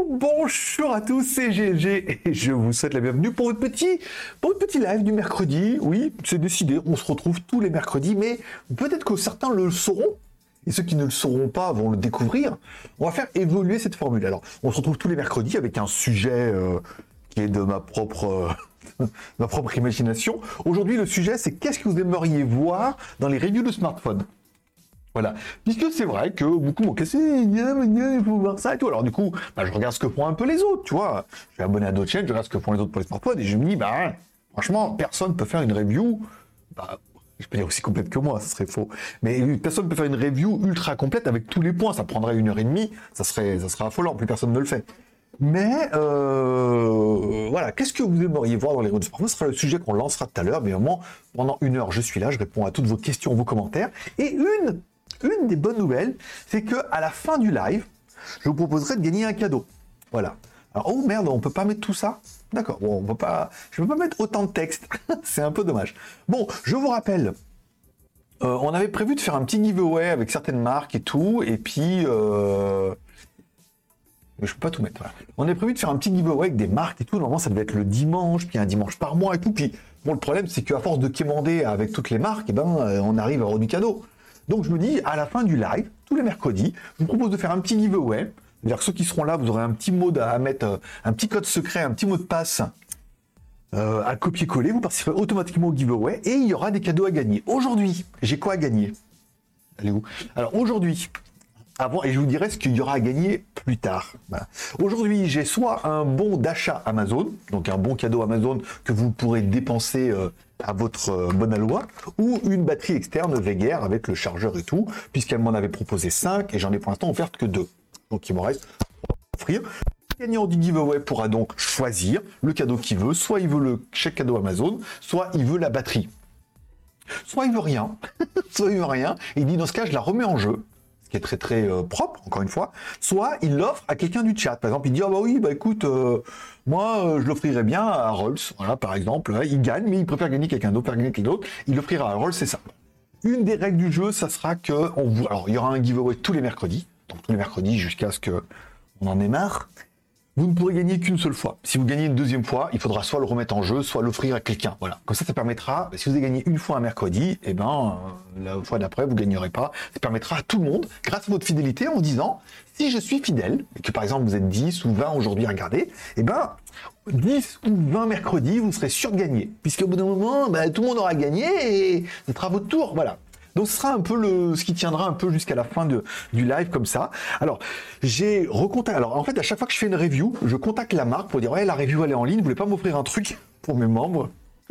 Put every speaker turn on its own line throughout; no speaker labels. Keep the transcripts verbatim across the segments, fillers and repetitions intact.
Bonjour à tous, c'est G G et je vous souhaite la bienvenue pour votre petit, pour votre petit live du mercredi. Oui, c'est décidé, on se retrouve tous les mercredis, mais peut-être que certains le sauront et ceux qui ne le sauront pas vont le découvrir. On va faire évoluer cette formule. Alors, on se retrouve tous les mercredis avec un sujet euh, qui est de ma propre, euh, ma propre imagination. Aujourd'hui, le sujet, c'est qu'est-ce que vous aimeriez voir dans les reviews de smartphones. Voilà, puisque c'est vrai que beaucoup m'ont cassé, il faut voir ça et tout. Alors du coup, bah, je regarde ce que font un peu les autres, tu vois. Je suis abonné à d'autres chaînes, je regarde ce que font les autres pour les smartphones et je me dis, bah franchement, personne peut faire une review, bah, je peux dire aussi complète que moi, ça serait faux. Mais personne ne peut faire une review ultra complète avec tous les points, ça prendrait une heure et demie, ça serait, ça serait affolant, plus personne ne le fait. Mais euh, voilà, qu'est-ce que vous aimeriez voir dans les reviews de smartphones? Ce sera le sujet qu'on lancera tout à l'heure, mais vraiment, pendant une heure, je suis là, je réponds à toutes vos questions, vos commentaires. Et une Une des bonnes nouvelles, c'est que à la fin du live, je vous proposerai de gagner un cadeau. Voilà. Alors, oh merde, on peut pas mettre tout ça? D'accord, bon, on peut pas, je peux pas mettre autant de texte. C'est un peu dommage. Bon, je vous rappelle, euh, on avait prévu de faire un petit giveaway avec certaines marques et tout, et puis... Euh... Mais je peux pas tout mettre. Voilà. On avait prévu de faire un petit giveaway avec des marques et tout. Normalement, ça devait être le dimanche, puis un dimanche par mois et tout. Puis, bon, le problème, c'est qu'à force de quémander avec toutes les marques, eh ben, on arrive à avoir du cadeau. Donc je me dis, à la fin du live, tous les mercredis, je vous propose de faire un petit giveaway. C'est-à-dire que ceux qui seront là, vous aurez un petit mot à mettre, un petit code secret, un petit mot de passe euh, à copier-coller. Vous participerez automatiquement au giveaway et il y aura des cadeaux à gagner. Aujourd'hui, j'ai quoi à gagner? Allez où? Alors aujourd'hui, avant, et je vous dirai ce qu'il y aura à gagner plus tard. Voilà. Aujourd'hui, j'ai soit un bon d'achat Amazon, donc un bon cadeau Amazon que vous pourrez dépenser euh, à votre euh, bonne aloi, ou une batterie externe Veger avec le chargeur et tout, puisqu'elle m'en avait proposé cinq et j'en ai pour l'instant offert que deux. Donc il me reste trois à offrir. Le gagnant du giveaway pourra donc choisir le cadeau qu'il veut, soit il veut le chèque cadeau Amazon, soit il veut la batterie. Soit il veut rien, soit il veut rien, et il dit dans ce cas je la remets en jeu. Ce qui est très très euh, propre, encore une fois, soit il l'offre à quelqu'un du chat. Par exemple, il dit, ah bah oui, bah écoute, euh, moi, euh, je l'offrirais bien à Rolls, voilà, par exemple, hein, il gagne, mais il préfère gagner quelqu'un d'autre, faire gagner quelqu'un d'autre, il l'offrira à Rolls, c'est ça. Une des règles du jeu, ça sera que, on vous... alors, il y aura un giveaway tous les mercredis, donc tous les mercredis jusqu'à ce que on en ait marre. Vous ne pourrez gagner qu'une seule fois. Si vous gagnez une deuxième fois, il faudra soit le remettre en jeu, soit l'offrir à quelqu'un. Voilà. Comme ça, ça permettra, si vous avez gagné une fois un mercredi, eh ben, euh, la fois d'après, vous ne gagnerez pas. Ça permettra à tout le monde, grâce à votre fidélité, en vous disant, si je suis fidèle, et que par exemple vous êtes dix ou vingt aujourd'hui à regarder, eh ben, dix ou vingt mercredis, vous serez sûr de gagner. Puisqu'au bout d'un moment, ben, tout le monde aura gagné et ce sera votre tour. Voilà. Donc ce sera un peu le, ce qui tiendra un peu jusqu'à la fin de, du live comme ça. Alors, j'ai recontacté. Alors en fait, à chaque fois que je fais une review, je contacte la marque pour dire ouais, la review elle est en ligne, vous voulez pas m'offrir un truc pour mes membres?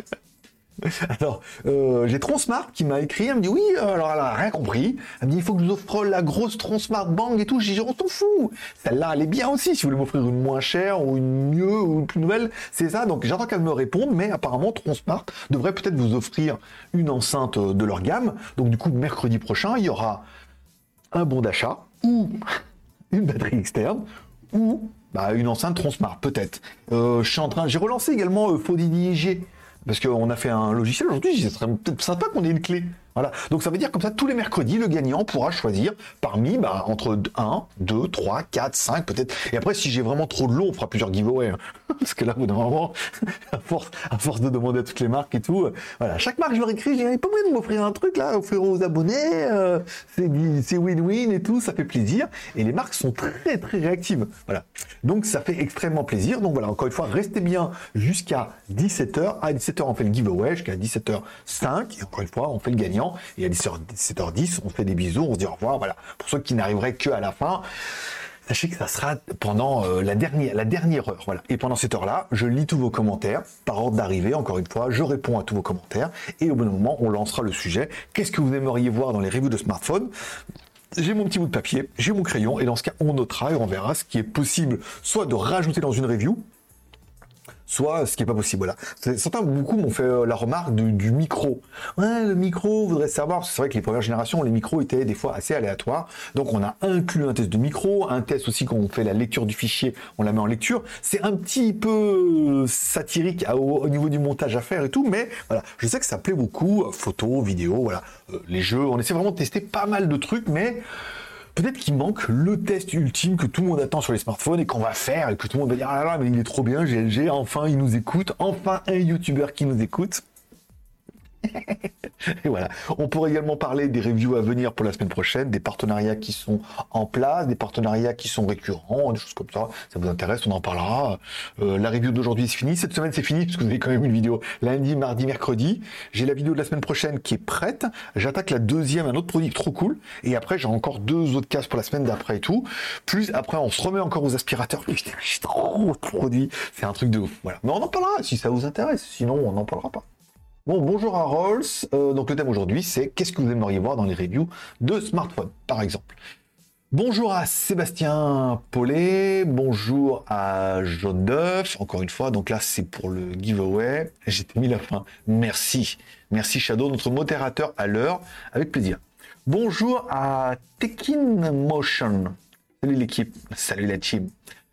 Alors, euh, j'ai Tronsmart qui m'a écrit, elle me dit oui, alors elle a rien compris. Elle me dit il faut que je vous offre la grosse Tronsmart Bang et tout. J'ai dit on s'en fout. Celle-là, elle est bien aussi. Si vous voulez m'offrir une moins chère ou une mieux ou une plus nouvelle, c'est ça. Donc j'attends qu'elle me réponde, mais apparemment Tronsmart devrait peut-être vous offrir une enceinte de leur gamme. Donc du coup, mercredi prochain, il y aura un bon d'achat ou une batterie externe ou bah, une enceinte Tronsmart, peut-être. Euh, je suis en train, j'ai relancé également euh, Faudidier. Parce qu'on a fait un logiciel aujourd'hui, ce serait peut-être sympa qu'on ait une clé. Voilà. Donc ça veut dire comme ça, tous les mercredis, le gagnant pourra choisir parmi, bah, entre un, deux, trois, quatre, cinq peut-être. Et après, si j'ai vraiment trop de lot, on fera plusieurs giveaways. Hein. Parce que là, au bout d'un moment, à force, à force de demander à toutes les marques et tout, euh, voilà. Chaque marque, je leur écris, j'ai pas moyen de m'offrir un truc là, offrir aux abonnés, euh, c'est, c'est win-win et tout, ça fait plaisir. Et les marques sont très très réactives. Voilà. Donc ça fait extrêmement plaisir. Donc voilà, encore une fois, restez bien jusqu'à dix-sept heures. À dix-sept heures, on fait le giveaway, jusqu'à dix-sept heures cinq. Et encore une fois, on fait le gagnant. Et à dix-sept heures dix, on fait des bisous, on se dit au revoir. Voilà. Pour ceux qui n'arriveraient que à la fin, sachez que ça sera pendant euh, la dernière, la dernière heure. Voilà. Et pendant cette heure-là, je lis tous vos commentaires par ordre d'arrivée. Encore une fois, je réponds à tous vos commentaires. Et au bon moment, on lancera le sujet. Qu'est-ce que vous aimeriez voir dans les reviews de smartphones? J'ai mon petit bout de papier, j'ai mon crayon. Et dans ce cas, on notera et on verra ce qui est possible, soit de rajouter dans une review, soit ce qui est pas possible. Voilà. Certains, beaucoup m'ont fait euh, la remarque du, du micro. Ouais, le micro, voudrait savoir, parce que c'est vrai que les premières générations, les micros étaient des fois assez aléatoires. Donc on a inclus un test de micro, un test aussi quand on fait la lecture du fichier, on la met en lecture. C'est un petit peu satirique à, au, au niveau du montage à faire et tout, mais voilà, je sais que ça plaît beaucoup, photos, vidéos, voilà. Euh, les jeux, on essaie vraiment de tester pas mal de trucs, mais peut-être qu'il manque le test ultime que tout le monde attend sur les smartphones et qu'on va faire et que tout le monde va dire ah là là mais il est trop bien G L G, enfin il nous écoute, enfin un YouTuber qui nous écoute. Et voilà. On pourrait également parler des reviews à venir pour la semaine prochaine, des partenariats qui sont en place, des partenariats qui sont récurrents, des choses comme ça. Ça vous intéresse, on en parlera. Euh, la review d'aujourd'hui c'est fini. Cette semaine c'est fini parce que vous avez quand même une vidéo lundi, mardi, mercredi. J'ai la vidéo de la semaine prochaine qui est prête. J'attaque la deuxième, un autre produit trop cool. Et après j'ai encore deux autres cases pour la semaine d'après et tout. Plus après on se remet encore aux aspirateurs. J'ai trop de produits. C'est un truc de ouf. Voilà. Mais on en parlera si ça vous intéresse. Sinon on n'en parlera pas. Bon, bonjour à Rolls. Euh, donc le thème aujourd'hui, c'est qu'est-ce que vous aimeriez voir dans les reviews de smartphones, par exemple. Bonjour à Sébastien Paulet, bonjour à Jaune d'œuf, encore une fois, donc là c'est pour le giveaway, j'ai mis la fin, merci, merci Shadow, notre modérateur à l'heure, avec plaisir. Bonjour à Tekin Motion, salut l'équipe, salut la team.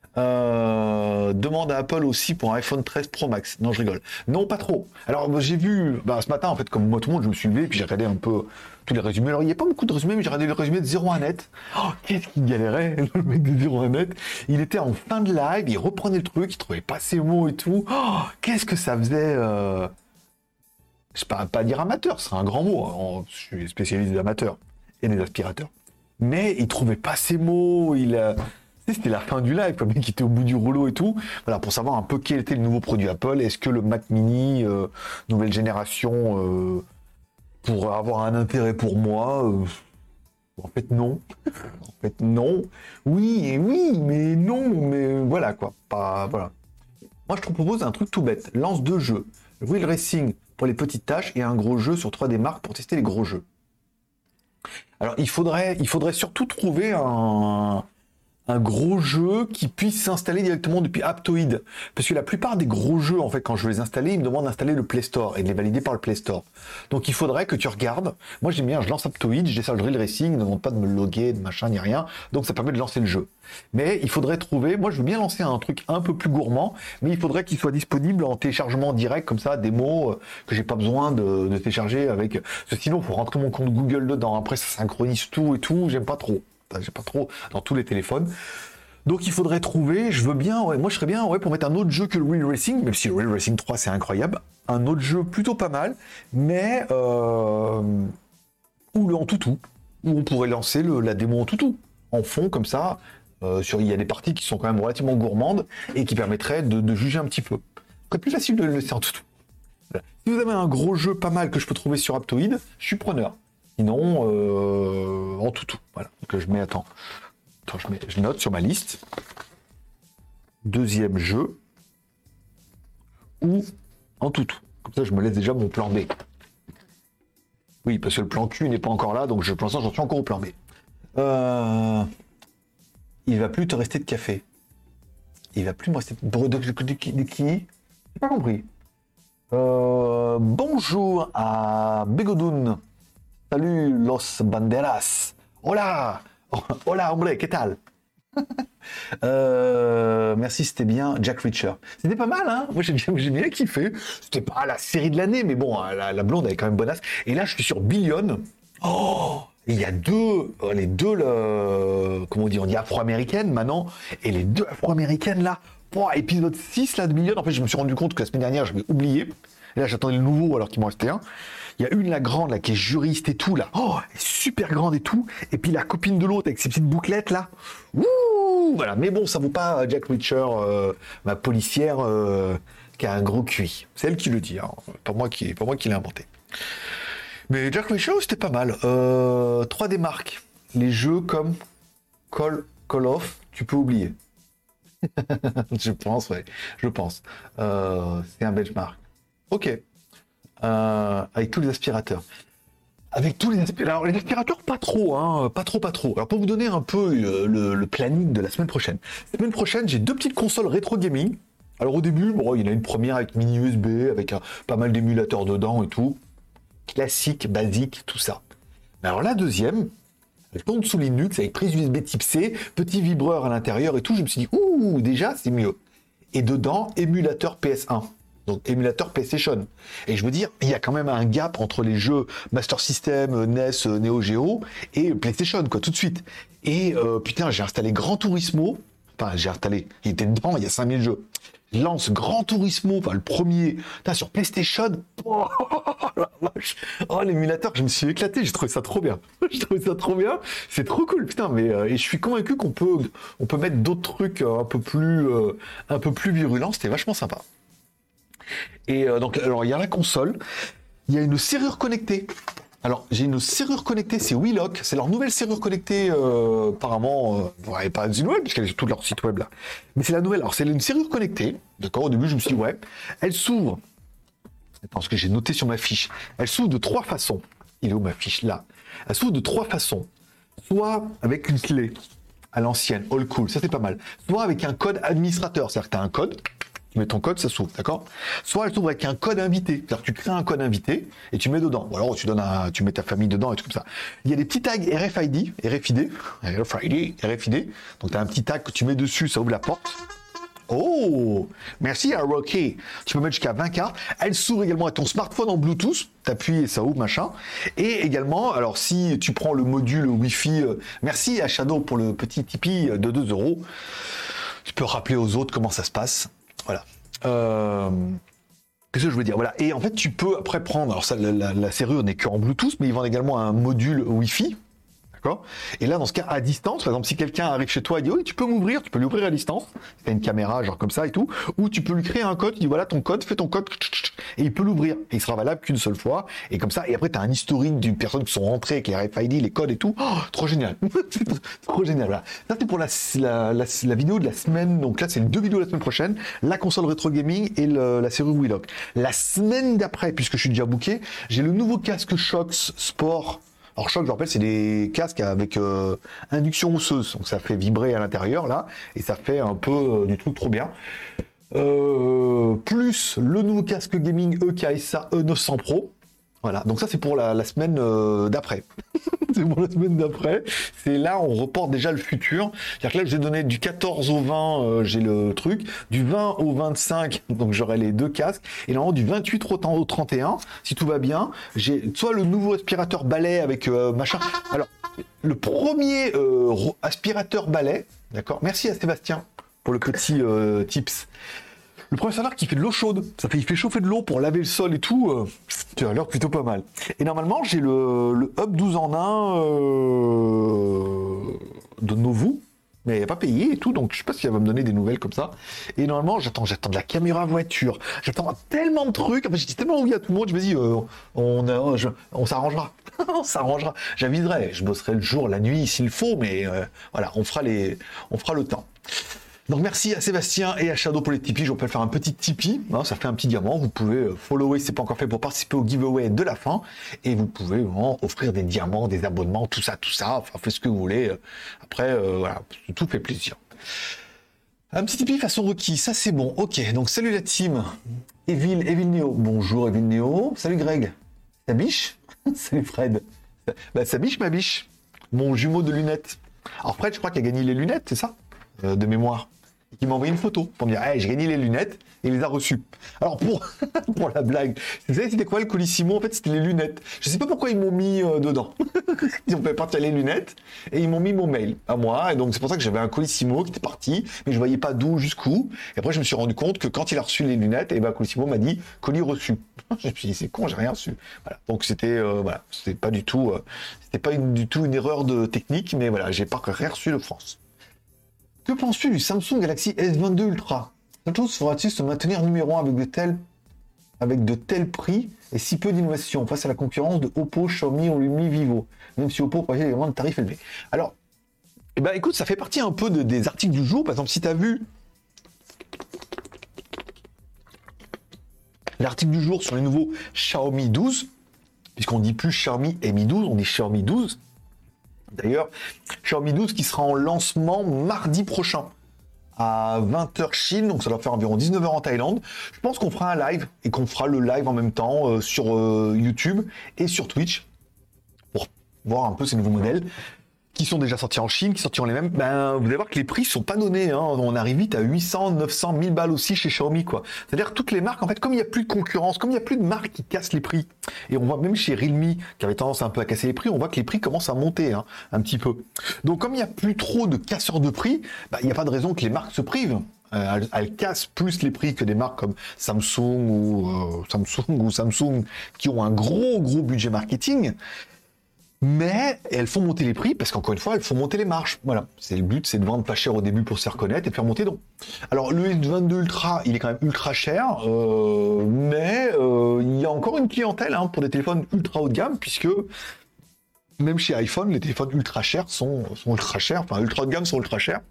Euh, demande à Apple aussi pour un iPhone treize Pro Max. Non, je rigole. Non, pas trop. Alors, j'ai vu, bah, ce matin, en fait, comme moi, tout le monde, je me suis levé, puis j'ai regardé un peu tous les résumés. Alors, il n'y a pas beaucoup de résumés, mais j'ai regardé le résumé de zéro un net. Oh, qu'est-ce qu'il galérait, le mec de zéro un net. Il était en fin de live, il reprenait le truc, il trouvait pas ses mots et tout. Oh, qu'est-ce que ça faisait, euh... je sais pas, pas dire amateur, c'est un grand mot. Hein. Je suis spécialiste des amateurs et des aspirateurs. Mais il trouvait pas ses mots, il a... C'était la fin du live, comme il était au bout du rouleau et tout. Voilà, pour savoir un peu quel était le nouveau produit Apple. Est-ce que le Mac Mini, euh, nouvelle génération, euh, pourrait avoir un intérêt pour moi euh, En fait, non. En fait, non. Oui, et oui, mais non, mais voilà, quoi. Pas, voilà. Moi, je te propose un truc tout bête. Lance deux jeux. Wheel Racing pour les petites tâches et un gros jeu sur trois D Mark pour tester les gros jeux. Alors, il faudrait, il faudrait surtout trouver un... un gros jeu qui puisse s'installer directement depuis Aptoide. Parce que la plupart des gros jeux, en fait, quand je veux les installer, ils me demandent d'installer le Play Store et de les valider par le Play Store. Donc il faudrait que tu regardes. Moi j'aime bien, je lance Aptoide, je décharge Drill Racing, ne demande pas de me loguer, de machin, ni rien. Donc ça permet de lancer le jeu. Mais il faudrait trouver, moi je veux bien lancer un truc un peu plus gourmand, mais il faudrait qu'il soit disponible en téléchargement direct, comme ça, des mots euh, que j'ai pas besoin de, de télécharger avec... Parce que sinon, il faut rentrer mon compte Google dedans. Après, ça synchronise tout et tout, j'aime pas trop. J'ai pas trop dans tous les téléphones. Donc il faudrait trouver, je veux bien, ouais, moi je serais bien ouais, pour mettre un autre jeu que le Wheel Racing, même si le Wheel Racing trois c'est incroyable, un autre jeu plutôt pas mal, mais euh, ou le Antutu, où on pourrait lancer le, la démo Antutu en fond comme ça. Euh, sur, il y a des parties qui sont quand même relativement gourmandes et qui permettraient de, de juger un petit peu. C'est plus facile de le laisser Antutu. Voilà. Si vous avez un gros jeu pas mal que je peux trouver sur Aptoide, je suis preneur. Sinon, euh, en tout tout. Voilà. Donc je mets, attends, attends je, mets, je note sur ma liste. Deuxième jeu. Ou en tout tout. Comme ça, je me laisse déjà mon plan B. Oui, parce que le plan Q n'est pas encore là, donc je, pour l'instant, j'en suis encore au plan B. Euh, il va plus te rester de café. Il va plus me rester de, de, de, de, de qui J'ai pas compris. Euh, bonjour à Begodoun. Salut Los Banderas. Hola. Hola, hombre, ¿qué tal? euh, merci, c'était bien. Jack Reacher. C'était pas mal, hein? Moi, j'ai bien, j'ai bien kiffé. C'était pas la série de l'année, mais bon, la, la blonde, elle est quand même bonasse. Et là, je suis sur Billion. Oh! Il y a deux, les deux, le, comment on dit, on dit afro-américaines maintenant. Et les deux afro-américaines, là, oh, épisode six, là, de Billion. En fait, je me suis rendu compte que la semaine dernière, j'avais oublié. Et là, j'attendais le nouveau, alors qu'il m'en restait un. Il y a une, la grande, là, qui est juriste et tout, là. Oh, elle est super grande et tout. Et puis la copine de l'autre, avec ses petites bouclettes, là. Ouh, voilà. Mais bon, ça vaut pas Jack Reacher, euh, ma policière, euh, qui a un gros cuit. C'est elle qui le dit, hein. Pas moi qui, pas moi qui l'ai inventé. Mais Jack Reacher, c'était pas mal. Euh, trois D Mark. Les jeux comme Call, Call of, tu peux oublier. Je pense, ouais. Je pense. Euh, c'est un benchmark. Ok. Euh, avec tous les aspirateurs. Avec tous les aspirateurs. Alors, les aspirateurs, pas trop, hein. Pas trop, pas trop. Alors, pour vous donner un peu euh, le, le planning de la semaine prochaine. La semaine prochaine, j'ai deux petites consoles rétro gaming. Alors, au début, bon, il y en a une première avec mini U S B, avec un, pas mal d'émulateurs dedans et tout. Classique, basique, tout ça. Mais alors, la deuxième, elle tourne sous Linux avec prise U S B type C, petit vibreur à l'intérieur et tout. Je me suis dit, ouh, déjà, c'est mieux. Et dedans, émulateur P S un. Donc émulateur PlayStation. Et je veux dire, il y a quand même un gap entre les jeux Master System, N E S, Neo Geo et PlayStation, quoi, tout de suite. Et euh, putain, j'ai installé Gran Turismo. Enfin, j'ai installé. Il était dedans, il y a cinq mille jeux. Je lance Gran Turismo, enfin le premier, putain, sur PlayStation. Oh, la vache. Oh, l'émulateur, je me suis éclaté, j'ai trouvé ça trop bien. J'ai trouvé ça trop bien. C'est trop cool, putain. Mais euh, et je suis convaincu qu'on peut, on peut mettre d'autres trucs euh, un peu plus, euh, un peu plus virulents. C'était vachement sympa. Et euh, donc, alors il y a la console, il y a une serrure connectée. Alors, j'ai une serrure connectée, c'est Wheelock, c'est leur nouvelle serrure connectée, euh, apparemment, euh, ouais, pas une nouvelle, puisqu'elle est sur tout leur site web là. Mais c'est la nouvelle, alors c'est une serrure connectée, d'accord, au début je me suis dit, ouais, elle s'ouvre, attends, ce que j'ai noté sur ma fiche, elle s'ouvre de trois façons. Il est où ma fiche là? Elle s'ouvre de trois façons, soit avec une clé à l'ancienne, all cool, ça c'est pas mal, soit avec un code administrateur, c'est-à-dire que tu as un code, tu mets ton code, ça s'ouvre, d'accord? Soit elle s'ouvre avec un code invité, c'est-à-dire que tu crées un code invité et tu mets dedans. Ou alors tu donnes un, tu mets ta famille dedans et tout comme ça. Il y a des petits tags R F I D, R F I D, R F I D, R F I D. Donc tu as un petit tag que tu mets dessus, ça ouvre la porte. Oh, merci à Rocky. Tu peux mettre jusqu'à vingt cartes. Elle s'ouvre également à ton smartphone en Bluetooth. T'appuies et ça ouvre, machin. Et également, alors si tu prends le module Wi-Fi, euh, merci à Shadow pour le petit Tipeee de deux euros. Tu peux rappeler aux autres comment ça se passe. Voilà. Euh... Qu'est-ce que je veux dire? Voilà. Et en fait, tu peux après prendre. Alors, ça, la, la, la serrure n'est qu'en Bluetooth, mais ils vendent également un module Wi-Fi. D'accord? Et là, dans ce cas, à distance, par exemple, si quelqu'un arrive chez toi et dit oui, tu peux m'ouvrir, tu peux lui ouvrir à distance. Tu as une caméra, genre comme ça et tout. Ou tu peux lui créer un code, tu dis voilà ton code, fais ton code, et il peut l'ouvrir. Et il sera valable qu'une seule fois. Et comme ça, et après, tu as un historique d'une personne qui sont rentrées avec les R F I D, les codes et tout. Oh, trop génial. Trop génial. Voilà. Ça, c'est pour la, la, la, la vidéo de la semaine. Donc là, c'est les deux vidéos de la semaine prochaine. La console rétro gaming et le, la série Wheelock. La semaine d'après, puisque je suis déjà booké, j'ai le nouveau casque Shox Sport. Alors Shox, je rappelle, c'est des casques avec euh, induction osseuse, donc ça fait vibrer à l'intérieur là, et ça fait un peu euh, du truc trop bien. Euh, plus le nouveau casque gaming E K S A E neuf cents Pro. Voilà, donc ça c'est pour la, la semaine euh, d'après. C'est pour la semaine d'après. C'est là, on reporte déjà le futur. C'est-à-dire que là, j'ai donné du quatorze au vingt, euh, j'ai le truc. Du vingt au vingt-cinq, donc j'aurai les deux casques. Et normalement, du vingt-huit au trente et un, si tout va bien, j'ai soit le nouveau aspirateur balai avec euh, machin. Alors, le premier euh, aspirateur balai, d'accord. Merci à Sébastien pour le petit euh, tips. Le premier aspirateur qui fait de l'eau chaude, ça fait, il fait chauffer de l'eau pour laver le sol et tout, euh, tu as l'air plutôt pas mal. Et normalement, j'ai le, le Hub douze en un euh, de Novu, mais il n'y a pas payé et tout, donc je sais pas si elle va me donner des nouvelles comme ça. Et normalement, j'attends, j'attends de la caméra voiture, j'attends tellement de trucs, enfin, j'ai tellement envie à tout le monde, je me dis, euh, on, a, je, on s'arrangera, on s'arrangera. J'aviserai, je bosserai le jour, la nuit s'il faut, mais euh, voilà, on fera, les, on fera le temps. Donc merci à Sébastien et à Shadow pour les Tipeee. Je peux faire un petit Tipeee, hein, ça fait un petit diamant. Vous pouvez follower si c'est pas encore fait pour participer au giveaway de la fin. Et vous pouvez vraiment offrir des diamants, des abonnements, tout ça, tout ça. Enfin, faites ce que vous voulez. Après, euh, voilà, tout fait plaisir. Un petit Tipeee façon requis, ça c'est bon. Ok, donc salut la team. Evil, Evil Neo. Bonjour Evil Neo. Salut Greg. Ta biche. Salut Fred. Bah, sa biche, ma biche. Mon jumeau de lunettes. Alors Fred, je crois qu'il a gagné les lunettes, c'est ça, euh, de mémoire. Et qui m'a envoyé une photo pour me dire hey, j'ai gagné les lunettes et il les a reçues. Alors pour, pour la blague, vous savez c'était quoi le colissimo? En fait c'était les lunettes. Je sais pas pourquoi ils m'ont mis euh, dedans. Ils ont fait partir les lunettes et ils m'ont mis mon mail à moi. Et donc c'est pour ça que j'avais un colissimo qui était parti, mais je voyais pas d'où jusqu'où. Et après je me suis rendu compte que quand il a reçu les lunettes, et ben colissimo m'a dit colis reçu. Je me suis dit c'est con, j'ai rien reçu. Voilà. Donc c'était euh, voilà, c'était pas du tout, euh, c'était pas une, du tout une erreur de technique, mais voilà, j'ai pas rien reçu de France. Que penses-tu du Samsung Galaxy S vingt-deux Ultra? Samsung fera-t-il se maintenir numéro un avec de tels, avec de tels prix et si peu d'innovation face à la concurrence de Oppo, Xiaomi ou Realme, Vivo, même si Oppo proposait également de tarifs élevés? Alors, eh ben, écoute, ça fait partie un peu de, des articles du jour. Par exemple, si tu as vu l'article du jour sur les nouveaux Xiaomi douze, puisqu'on dit plus Xiaomi Mi douze, on dit Xiaomi douze. D'ailleurs, Xiaomi douze qui sera en lancement mardi prochain à vingt heures Chine, donc ça doit faire environ dix-neuf heures en Thaïlande. Je pense qu'on fera un live et qu'on fera le live en même temps euh, sur euh, YouTube et sur Twitch pour voir un peu ces nouveaux modèles. qui sont déjà sortis en Chine, qui sortiront les mêmes, ben, vous allez voir que les prix sont pas donnés, hein. On arrive vite à huit cents, neuf cents, mille balles aussi chez Xiaomi, quoi. C'est-à-dire que toutes les marques, en fait, comme il n'y a plus de concurrence, comme il n'y a plus de marques qui cassent les prix, et on voit même chez Realme, qui avait tendance un peu à casser les prix, on voit que les prix commencent à monter, hein, un petit peu. Donc, comme il n'y a plus trop de casseurs de prix, ben, il n'y a pas de raison que les marques se privent. Euh, elles, elles cassent plus les prix que des marques comme Samsung ou euh, Samsung ou Samsung qui ont un gros, gros budget marketing. Mais elles font monter les prix parce qu'encore une fois, elles font monter les marges. Voilà, c'est le but, c'est de vendre pas cher au début pour se faire connaître et de faire monter. Donc, alors le S vingt-deux Ultra, il est quand même ultra cher, euh, mais euh, il y a encore une clientèle hein, pour des téléphones ultra haut de gamme puisque même chez iPhone, les téléphones ultra chers sont, sont ultra chers, enfin ultra haut de gamme sont ultra chers.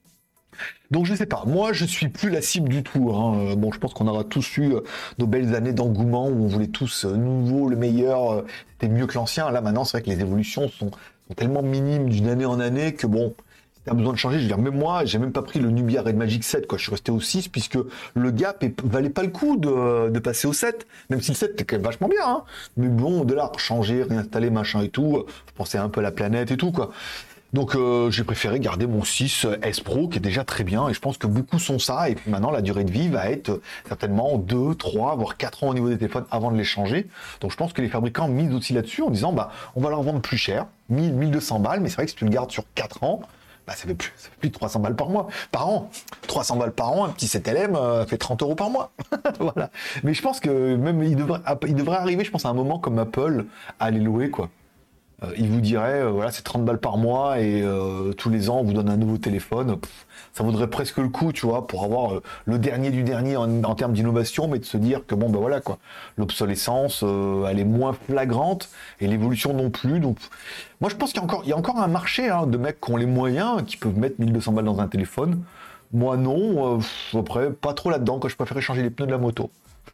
Donc je sais pas, moi je suis plus la cible du tout. Hein. Bon, je pense qu'on aura tous eu euh, nos belles années d'engouement où on voulait tous euh, nouveau, le meilleur, euh, c'était mieux que l'ancien. Là maintenant, c'est vrai que les évolutions sont, sont tellement minimes d'une année en année que bon, si t'as besoin de changer, je veux dire, même moi, j'ai même pas pris le Nubia Red Magic sept, quoi. Je suis resté au six puisque le gap est, valait pas le coup de, de passer au sept, même si le sept était quand même vachement bien. Hein. Mais bon, de là, changer, réinstaller, machin et tout, je pensais un peu à la planète et tout, quoi. Donc euh, j'ai préféré garder mon six S Pro qui est déjà très bien et je pense que beaucoup sont ça et puis maintenant la durée de vie va être certainement deux, trois, voire quatre ans au niveau des téléphones avant de les changer. Donc je pense que les fabricants misent aussi là-dessus en disant bah on va leur vendre plus cher, mille, mille deux cents balles, mais c'est vrai que si tu le gardes sur quatre ans, bah ça fait plus, ça fait plus de trois cents balles par mois, par an. trois cents balles par an, un petit sept L M euh, fait trente euros par mois. Voilà. Mais je pense que même il devrait, il devrait arriver, je pense à un moment comme Apple à les louer quoi. Euh, il vous dirait, euh, voilà, c'est trente balles par mois et euh, tous les ans, on vous donne un nouveau téléphone. Pff, ça vaudrait presque le coup, tu vois, pour avoir euh, le dernier du dernier en, en termes d'innovation, mais de se dire que bon, ben voilà, quoi, l'obsolescence, euh, elle est moins flagrante et l'évolution non plus. Donc, moi, je pense qu'il y a encore, il y a encore un marché hein, de mecs qui ont les moyens, qui peuvent mettre mille deux cents balles dans un téléphone. Moi, non. Euh, après, pas trop là-dedans, quand je préférais changer les pneus de la moto.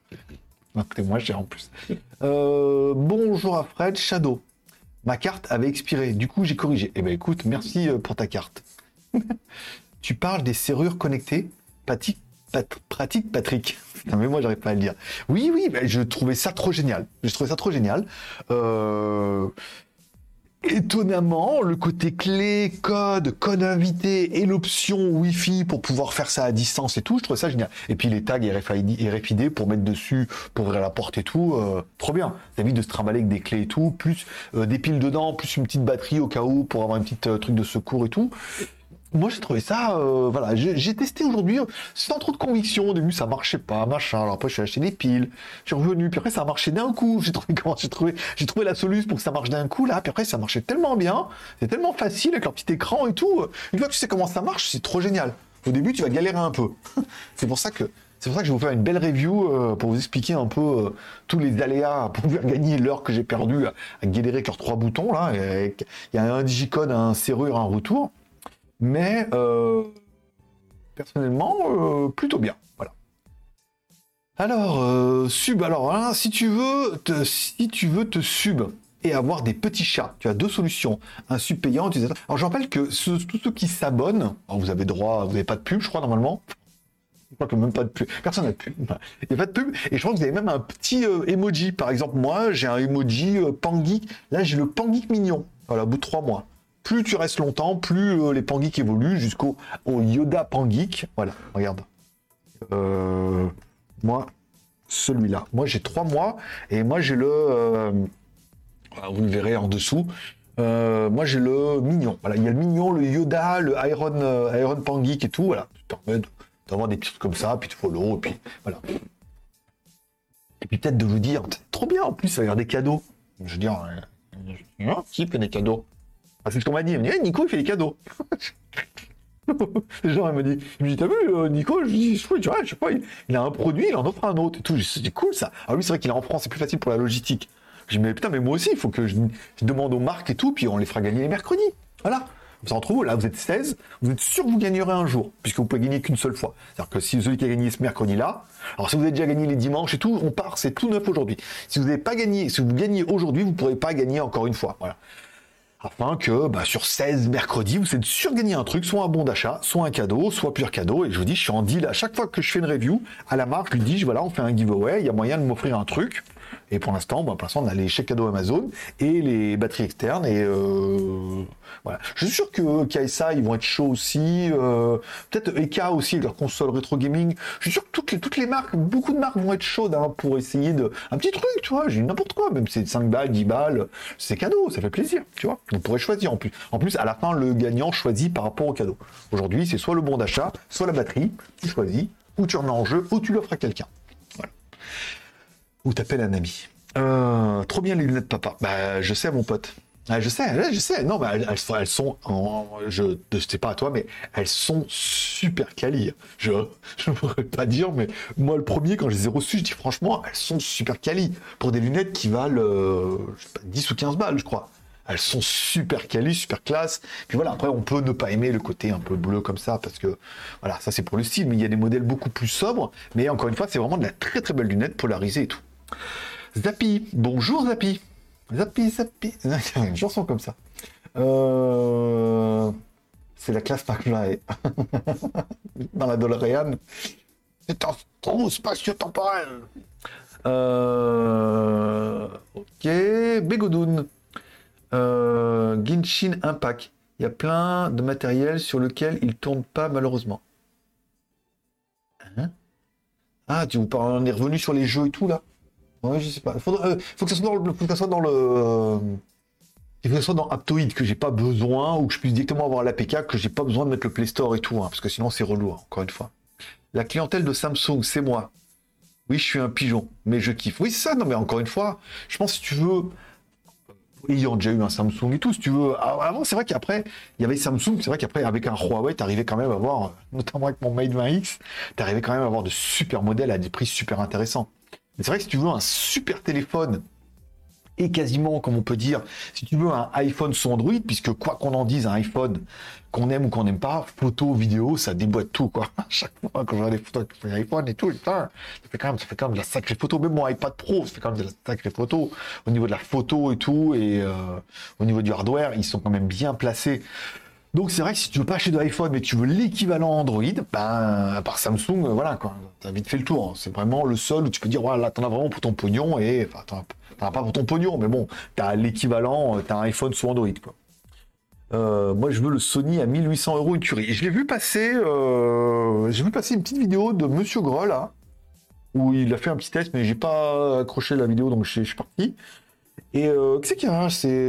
C'est moins cher en plus. Euh, bonjour à Fred, Shadow. Ma carte avait expiré, du coup j'ai corrigé. Eh ben écoute, merci pour ta carte. Tu parles des serrures connectées, pratique, pat, pratique Patrick. Non mais moi j'arrive pas à le dire. Oui, oui, ben, je trouvais ça trop génial. Je trouvais ça trop génial. Euh... Étonnamment, le côté clé, code, code invité et l'option Wi-Fi pour pouvoir faire ça à distance et tout, je trouve ça génial. Et puis les tags R F I D, R F I D pour mettre dessus, pour ouvrir la porte et tout, euh, trop bien. Ça évite de se trimballer avec des clés et tout, plus euh, des piles dedans, plus une petite batterie au cas où pour avoir une petite euh, truc de secours et tout. Moi, j'ai trouvé ça, euh, voilà, j'ai, j'ai testé aujourd'hui, sans trop de conviction. Au début, ça marchait pas, machin. Alors après, je suis acheté des piles, je suis revenu, puis après, ça a marché d'un coup. J'ai trouvé comment, j'ai trouvé, j'ai trouvé la solution pour que ça marche d'un coup, là. Puis après, ça marchait tellement bien, c'est tellement facile avec leur petit écran et tout. Une fois que tu sais comment ça marche, c'est trop génial. Au début, tu vas galérer un peu. C'est pour ça que, c'est pour ça que je vais vous faire une belle review euh, pour vous expliquer un peu euh, tous les aléas pour pouvoir gagner l'heure que j'ai perdue à, à galérer avec leurs trois boutons là. Il y a un digicode, un serrure, un retour. Mais euh, personnellement, euh, plutôt bien. Voilà. Alors, euh, sub. Alors, hein, si tu veux, te, si tu veux te sub et avoir des petits chats, tu as deux solutions. Un sub payant, utilisateur. Alors, je rappelle que ce, tous ceux qui s'abonnent, vous avez droit, vous n'avez pas de pub, je crois normalement. Je crois que même pas de pub. Personne n'a de pub. Il n'y a pas de pub. Et je crois que vous avez même un petit euh, emoji. Par exemple, moi, j'ai un emoji euh, Pangeek. Là, j'ai le Pangeek mignon. Voilà, au bout de trois mois. Plus tu restes longtemps, plus euh, les Pangeeks évoluent jusqu'au au Yoda Pangeek. Voilà, regarde. Euh, moi, celui-là. Moi, j'ai trois mois et moi, j'ai le... Euh, vous le verrez en dessous. Euh, moi, j'ai le mignon. Voilà, il y a le mignon, le Yoda, le Iron, euh, Iron Pangeek et tout. Voilà, ça permet d'avoir des petits trucs comme ça, puis de follow, et puis voilà. Et puis peut-être de vous dire, trop bien, en plus, ça va y avoir des cadeaux. Je veux dire, euh, qui fait des cadeaux? Ah, c'est ce qu'on m'a dit. Il me dit, hey, Nico, il fait des cadeaux. Genre, il me dit, il me dit, t'as vu, euh, Nico, je lui dis, oui, tu vois, je sais pas, il, il a un produit, il en offre un autre et tout. C'est cool, ça. Alors lui, c'est vrai qu'il est en France, c'est plus facile pour la logistique. Je dis, mais putain, mais moi aussi, il faut que je, je demande aux marques et tout, puis on les fera gagner les mercredis. Voilà. Vous entre vous, là, vous êtes seize, vous êtes sûr que vous gagnerez un jour, puisque vous pouvez gagner qu'une seule fois. C'est-à-dire que si celui qui a gagné ce mercredi-là, alors si vous avez déjà gagné les dimanches et tout, on part, c'est tout neuf aujourd'hui. Si vous n'avez pas gagné, si vous gagnez aujourd'hui, vous ne pourrez pas gagner encore une fois. Voilà. Afin que bah, sur seize mercredis, vous êtes sûr de gagner un truc, soit un bon d'achat, soit un cadeau, soit plusieurs cadeaux. Et je vous dis, je suis en deal à chaque fois que je fais une review, à la marque, je lui dis, voilà, on fait un giveaway, il y a moyen de m'offrir un truc. Et pour l'instant, bah, pour l'instant, on a les chèques cadeaux Amazon et les batteries externes. Et euh, voilà. Je suis sûr que K S A, ils vont être chauds aussi. Euh, peut-être E K aussi, avec leur console rétro gaming. Je suis sûr que toutes les, toutes les marques, beaucoup de marques vont être chaudes hein, pour essayer de... Un petit truc, tu vois, j'ai n'importe quoi. Même si c'est cinq balles, dix balles, c'est cadeau, ça fait plaisir, tu vois. On pourrait choisir en plus. En plus, à la fin, le gagnant choisit par rapport au cadeau. Aujourd'hui, c'est soit le bon d'achat, soit la batterie. Tu choisis, ou tu remets en jeu, ou tu l'offres à quelqu'un. Voilà. Ou t'appelles un ami. Euh, trop bien les lunettes papa. Bah, je sais, mon pote. Ah, je sais, je sais. Non, bah, elles, elles, elles sont, en, je ne sais pas à toi, mais elles sont super quali. Je ne pourrais pas dire, mais moi, le premier, quand je les ai reçues, je dis franchement, elles sont super quali. Pour des lunettes qui valent euh, je sais pas, dix ou quinze balles, je crois. Elles sont super quali, super classe. Puis voilà, après, on peut ne pas aimer le côté un peu bleu comme ça, parce que, voilà, ça c'est pour le style, mais il y a des modèles beaucoup plus sobres. Mais encore une fois, c'est vraiment de la très très belle lunette polarisée et tout. Zappy, bonjour Zappy. Zappy, Zappy. Il y a une chanson comme ça. Euh... C'est la classe McFly. Dans la DeLorean. C'est un trou spatio-temporel. Euh... Ok. Bégodoun. Euh... Genshin Impact. Il y a plein de matériel sur lequel il ne tourne pas malheureusement. Hein ah, tu vous parles, on est revenu sur les jeux et tout là. Ouais, je sais pas. Il faudra, euh, faut que ça soit dans le, faut que ça soit dans le, euh, il faut que ça soit dans Aptoid que j'ai pas besoin ou que je puisse directement avoir l'A P K que j'ai pas besoin de mettre le Play Store et tout, hein, parce que sinon c'est relou. Hein, encore une fois. La clientèle de Samsung, c'est moi. Oui, je suis un pigeon, mais je kiffe. Oui, c'est ça. Non, mais encore une fois, je pense si tu veux, ayant déjà eu un Samsung et tout, si tu veux. Avant, c'est vrai qu'après, il y avait Samsung. C'est vrai qu'après, avec un Huawei, t'arrivais quand même à avoir, notamment avec mon Mate vingt X, t'arrivais quand même à avoir de super modèles à des prix super intéressants. Mais c'est vrai que si tu veux un super téléphone, et quasiment, comme on peut dire, si tu veux un iPhone sous Android, puisque quoi qu'on en dise, un iPhone, qu'on aime ou qu'on n'aime pas, photo, vidéo, ça déboîte tout, quoi. À chaque fois, quand je regarde des photos avec l'iPhone et tout, putain, ça fait quand même, ça fait quand même de la sacrée photo. Même mon iPad Pro, ça fait quand même de la sacrée photo. Au niveau de la photo et tout, et euh, au niveau du hardware, ils sont quand même bien placés. Donc c'est vrai que si tu veux pas acheter de iPhone mais tu veux l'équivalent Android, ben à part Samsung, euh, voilà quoi, t'as vite fait le tour. Hein. C'est vraiment le seul où tu peux dire voilà, là t'en as vraiment pour ton pognon et enfin t'en as, t'en as pas pour ton pognon, mais bon, t'as l'équivalent, t'as un iPhone sous Android quoi. Euh, moi je veux le Sony à mille huit cents euros une tuerie. Et je l'ai vu passer, euh, j'ai vu passer une petite vidéo de Monsieur Gros là, où il a fait un petit test, mais j'ai pas accroché la vidéo donc je suis parti. Et euh, qui c'est qu'il y a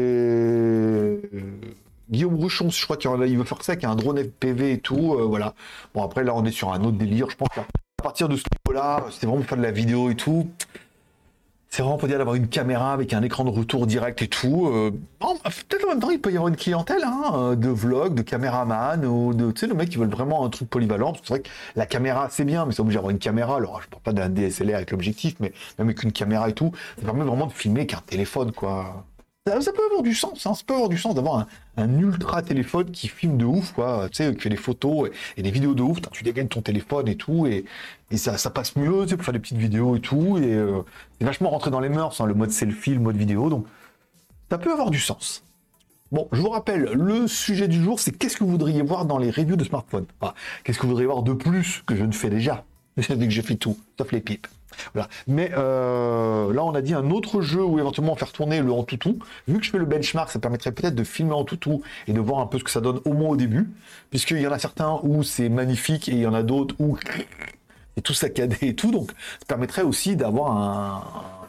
c'est Guillaume Ruchon, je crois qu'il y en a, il veut faire ça avec un drone F P V et tout, euh, voilà. Bon après là on est sur un autre délire, je pense qu'à partir de ce niveau-là, c'était vraiment pour faire de la vidéo et tout. C'est vraiment pour dire d'avoir une caméra avec un écran de retour direct et tout. Euh, bon, peut-être en même temps il peut y avoir une clientèle hein, de vlog, de caméraman ou de, tu sais, le mec qui veulent vraiment un truc polyvalent. Parce que c'est vrai que la caméra c'est bien, mais c'est obligé d'avoir une caméra. Alors je parle pas d'un D S L R avec l'objectif, mais même avec une caméra et tout, ça permet vraiment de filmer qu'un téléphone quoi. Ça, ça peut avoir du sens, hein, ça peut avoir du sens d'avoir un, un ultra téléphone qui filme de ouf, quoi, tu sais, qui fait des photos et, et des vidéos de ouf, tu dégaines ton téléphone et tout, et, et ça, ça passe mieux, tu sais, pour faire des petites vidéos et tout, et euh, c'est vachement rentré dans les mœurs, hein, le mode selfie, le mode vidéo, donc ça peut avoir du sens. Bon, je vous rappelle, le sujet du jour, c'est qu'est-ce que vous voudriez voir dans les reviews de smartphones. Enfin, qu'est-ce que vous voudriez voir de plus que je ne fais déjà, dès que j'ai fait tout, sauf les pipes. Voilà. Mais euh, là, on a dit un autre jeu où éventuellement faire tourner le en toutou. Vu que je fais le benchmark, ça permettrait peut-être de filmer en toutou et de voir un peu ce que ça donne au moins au début. Puisqu'il y en a certains où c'est magnifique et il y en a d'autres où c'est tout saccadé et tout. Donc, ça permettrait aussi d'avoir un,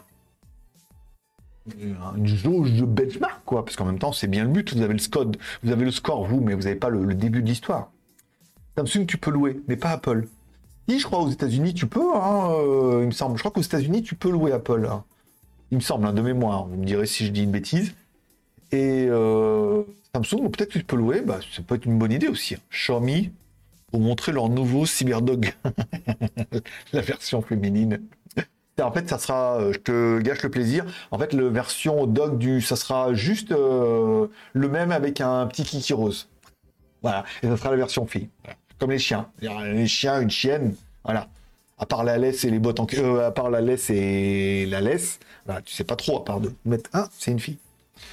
une jauge de benchmark, quoi. Parce qu'en même temps, c'est bien le but. Vous avez le score, vous avez le score, vous, mais vous n'avez pas le, le début de l'histoire. Samsung, tu peux louer, mais pas Apple. Si, je crois aux États-Unis, tu peux, hein, euh, il me semble. Je crois qu'aux États-Unis, tu peux louer Apple. Hein. Il me semble, hein, de mémoire. Vous me direz si je dis une bêtise. Et euh, Samsung, peut-être que tu peux louer. Bah, ça peut être une bonne idée aussi. Hein. Xiaomi, pour montrer leur nouveau CyberDog. La version féminine. En fait, ça sera, je te gâche le plaisir. En fait, la version dog du, ça sera juste euh, le même avec un petit kiki rose. Voilà. Et ça sera la version fille. Voilà. Comme les chiens. Les chiens, une chienne, voilà. À part la laisse et les bottes en euh, à part la laisse et la laisse, voilà, tu sais pas trop, à part de mettre un, c'est une fille.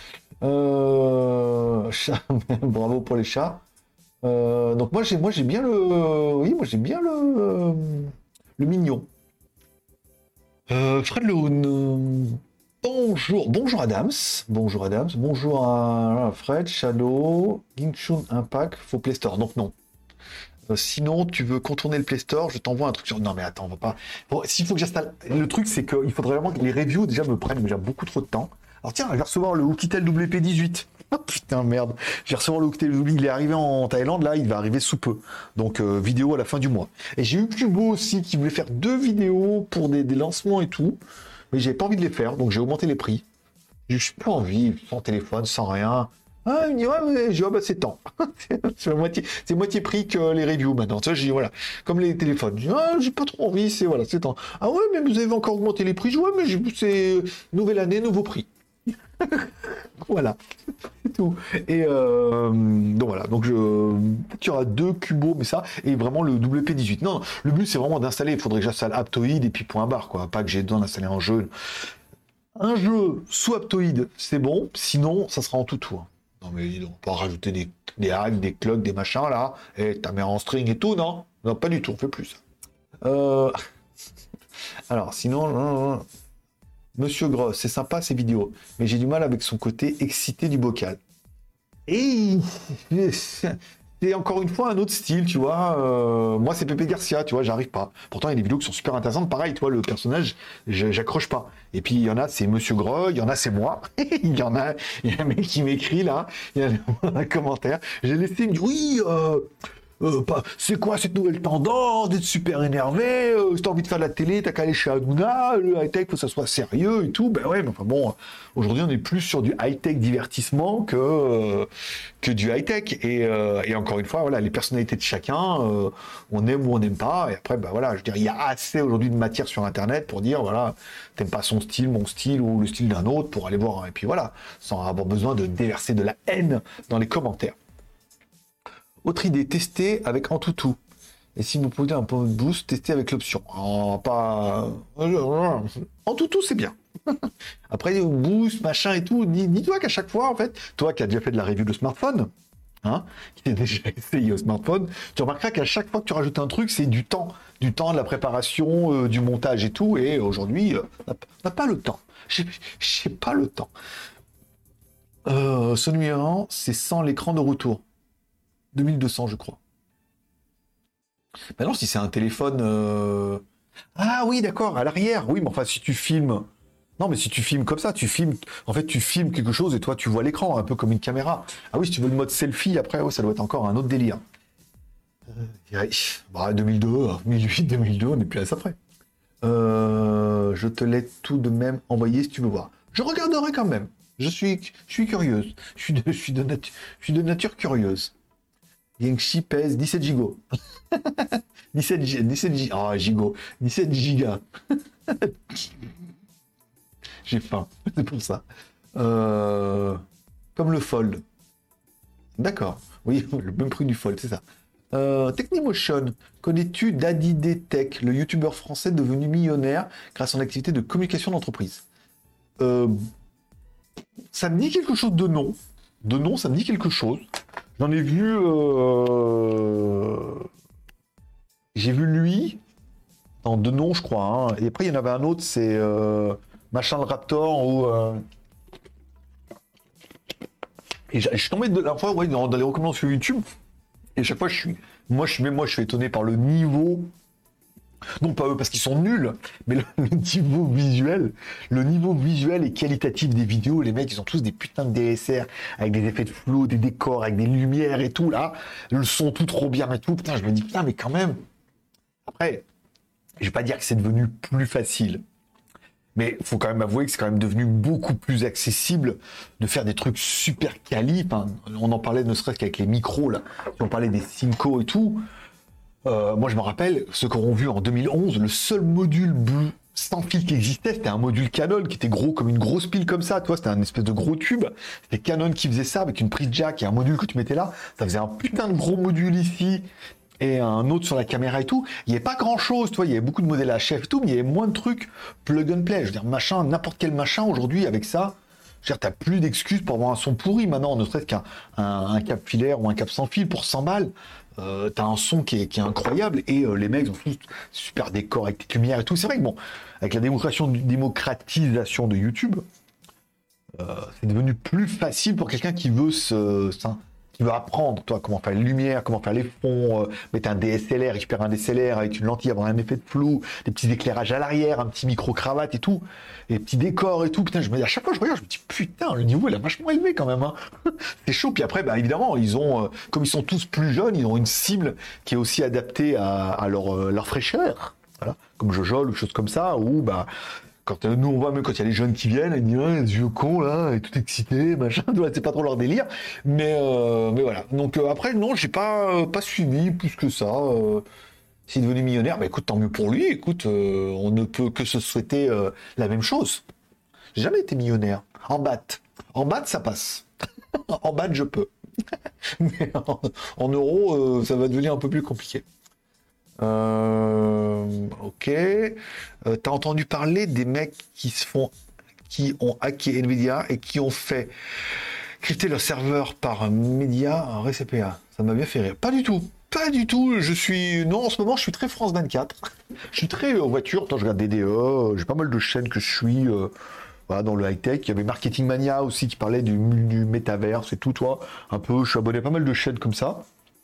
Euh... Chat, bravo pour les chats. Euh... Donc moi j'ai moi j'ai bien le. Oui, moi j'ai bien le. Le mignon. Euh, Fred Le Haut, bonjour, bonjour Adams, bonjour Adams, bonjour à Fred, Shadow, Ginchun Impact, faux Play Store, donc non. Euh, sinon, tu veux contourner le Play Store, je t'envoie un truc sur... Non mais attends, on va pas... Bon, s'il faut que j'installe... Le truc, c'est qu'il faudrait vraiment que les reviews, déjà, me prennent déjà beaucoup trop de temps. Alors tiens, je vais recevoir le Oukitel W P dix-huit. Oh putain, merde. Je vais recevoir le Oukitel W P dix-huit, il est arrivé en Thaïlande, là, il va arriver sous peu. Donc, euh, vidéo à la fin du mois. Et j'ai eu Cubo aussi, qui voulait faire deux vidéos pour des, des lancements et tout. Mais j'avais pas envie de les faire, donc j'ai augmenté les prix. J'ai juste pas envie, sans téléphone, sans rien. Ah, il me dit, ouais, mais j'ai dit, ah, bah, c'est temps. c'est moitié, c'est moitié prix que les reviews maintenant. Tu vois, j'ai dit, voilà, comme les téléphones. J'ai dit, ah, j'ai pas trop envie, c'est voilà, c'est temps. Ah ouais, mais vous avez encore augmenté les prix. Je dis, ouais, mais j'ai- c'est nouvelle année, nouveau prix. Voilà, c'est tout. Et euh, donc voilà, donc je, tu auras deux cubos, mais ça, et vraiment le W P dix-huit. Non, le but c'est vraiment d'installer, il faudrait que j'installe Aptoide et puis point barre, quoi. Pas que j'ai besoin d'installer un jeu. Un jeu sous Aptoide, c'est bon, sinon ça sera en tout tour. Non mais on va pas rajouter des, des hacks, des clogs, des machins là, et ta mère en string et tout, non? Non, pas du tout, on fait plus ça. Euh... Alors sinon, non, non, non. Monsieur Gross, c'est sympa ces vidéos, mais j'ai du mal avec son côté excité du bocal. Et c'est encore une fois un autre style, tu vois. Euh, moi, c'est Pépé Garcia, tu vois, j'arrive pas. Pourtant, il y a des vidéos qui sont super intéressantes. Pareil, tu vois, le personnage, je- j'accroche pas. Et puis, il y en a, c'est Monsieur Gros, il y en a, c'est moi. Il y en a, il y a un mec qui m'écrit là, il y a un commentaire. J'ai laissé, il me dit, oui, euh, euh, pas- c'est quoi cette nouvelle tendance d'être super énervé, euh, si t'as envie de faire de la télé, t'as qu'à aller chez Hanouna, le high-tech, faut que ça soit sérieux et tout. Ben ouais, mais enfin bon, aujourd'hui on est plus sur du high-tech divertissement que, euh, que du high-tech. Et, euh, et encore une fois, voilà, les personnalités de chacun, euh, on aime ou on n'aime pas. Et après, ben voilà, je veux dire, il y a assez aujourd'hui de matière sur Internet pour dire, voilà, t'aimes pas son style, mon style ou le style d'un autre pour aller voir. Et puis voilà, sans avoir besoin de déverser de la haine dans les commentaires. Autre idée, tester avec Antutu. Et si vous posez un peu de boost, tester avec l'option. Oh, pas... Antutu, c'est bien. Après, boost, machin et tout, dis- dis-toi qu'à chaque fois, en fait, toi qui as déjà fait de la review de smartphone, hein, qui t'es déjà essayé au smartphone, tu remarqueras qu'à chaque fois que tu rajoutes un truc, c'est du temps. Du temps, de la préparation, euh, du montage et tout. Et aujourd'hui, euh, on n'a on n'a pas le temps. J'ai j'ai pas le temps. Euh, ce numéro, c'est sans l'écran de retour. deux mille deux cents, je crois. Maintenant, si c'est un téléphone... euh, Ah oui, d'accord, à l'arrière. Oui, mais enfin, si tu filmes... Non, mais si tu filmes comme ça, tu filmes... En fait, tu filmes quelque chose et toi, tu vois l'écran, un peu comme une caméra. Ah oui, si tu veux le mode selfie, après, ouais, ça doit être encore un autre délire. Euh, Bah, deux mille deux, deux mille huit, deux mille deux, on n'est plus à ça près. Euh, je te l'ai tout de même envoyé si tu veux voir. Je regarderai quand même. Je suis, je suis curieuse. Je suis de, je suis de, natu- je suis de nature curieuse. Yangshi pèse dix-sept gigots. dix-sept, gi- dix-sept gi- oh, gigots. dix-sept gigas. J'ai faim, c'est pour ça. Euh, Comme le Fold. D'accord. Oui, le même prix du Fold, c'est ça. Euh, Technimotion. Connais-tu Daddy D Tech, le youtubeur français devenu millionnaire grâce à son activité de communication d'entreprise? Euh, Ça me dit quelque chose de nom. De nom, ça me dit quelque chose. J'en ai vu... euh, J'ai vu lui, dans deux noms, je crois. Hein. Et après, il y en avait un autre, c'est euh, Machin le Raptor, ou... euh, Et je je suis tombé de la fois ouais, dans, dans les recommandations sur YouTube, et chaque fois, je suis... Moi, je suis, même moi, je suis étonné par le niveau... Non pas eux parce qu'ils sont nuls, mais le, le niveau visuel, le niveau visuel et qualitatif des vidéos, les mecs ils ont tous des putains de D S R avec des effets de flou, des décors, avec des lumières et tout là, le son tout trop bien et tout, putain je me dis putain mais quand même. Après, je vais pas dire que c'est devenu plus facile, mais faut quand même avouer que c'est quand même devenu beaucoup plus accessible de faire des trucs super quali, enfin, on en parlait ne serait-ce qu'avec les micros là, on parlait des Synco et tout. Euh, moi, je me rappelle, ceux qui auront vu en deux mille onze, le seul module bleu sans fil qui existait, c'était un module Canon qui était gros comme une grosse pile comme ça, tu vois, c'était un espèce de gros tube. C'était Canon qui faisait ça avec une prise jack et un module que tu mettais là. Ça faisait un putain de gros module ici et un autre sur la caméra et tout. Il n'y avait pas grand chose, tu vois, il y avait beaucoup de modèles H F et tout, mais il y avait moins de trucs plug and play. Je veux dire, machin, n'importe quel machin aujourd'hui avec ça. Je veux dire, t'as plus d'excuses pour avoir un son pourri maintenant, ne serait-ce qu'un un, un cap filaire ou un cap sans fil pour cent balles. Euh, t'as un son qui est, qui est incroyable et euh, les mecs ont tous super décor avec des lumières et tout. C'est vrai que bon, avec la démocratisation, démocratisation de YouTube, euh, c'est devenu plus facile pour quelqu'un qui veut se, ça, qui veut apprendre, toi, comment faire les lumières, comment faire les fonds, euh, mettre un D S L R, récupérer un D S L R avec une lentille, avoir un effet de flou, des petits éclairages à l'arrière, un petit micro-cravate et tout, et des petits décors et tout. Putain, je me dis, à chaque fois que je regarde, je me dis, putain, le niveau, il a vachement élevé quand même. Hein. C'est chaud. Puis après, bah, évidemment, ils ont, euh, comme ils sont tous plus jeunes, ils ont une cible qui est aussi adaptée à, à leur, euh, leur fraîcheur. Voilà. Comme Jojol ou choses comme ça, où, bah, quand euh, nous on voit même quand il y a les jeunes qui viennent, ils disent ouais, les vieux cons là, et tout excité, machin, c'est pas trop leur délire. Mais, euh, mais voilà. Donc euh, après, non, j'ai pas, euh, pas suivi plus que ça. Euh, S'il est devenu millionnaire, bah écoute, tant mieux pour lui. Écoute, euh, on ne peut que se souhaiter euh, la même chose. J'ai jamais été millionnaire. En batte. En batte, ça passe. En batte, je peux. Mais en, en euros, euh, ça va devenir un peu plus compliqué. Euh, ok. Euh, T'as entendu parler des mecs qui se font, qui ont hacké Nvidia et qui ont fait crypter leur serveur par média en C P A. Ça m'a bien fait rire. Pas du tout. Pas du tout. Je suis, non, en ce moment, je suis très France vingt-quatre. Je suis très euh, voiture. Attends, je regarde D D E. J'ai pas mal de chaînes que je suis. Euh, voilà, dans le high-tech. Il y avait Marketing Mania aussi qui parlait du, du métaverse et tout, toi. Un peu, je suis abonné à pas mal de chaînes comme ça.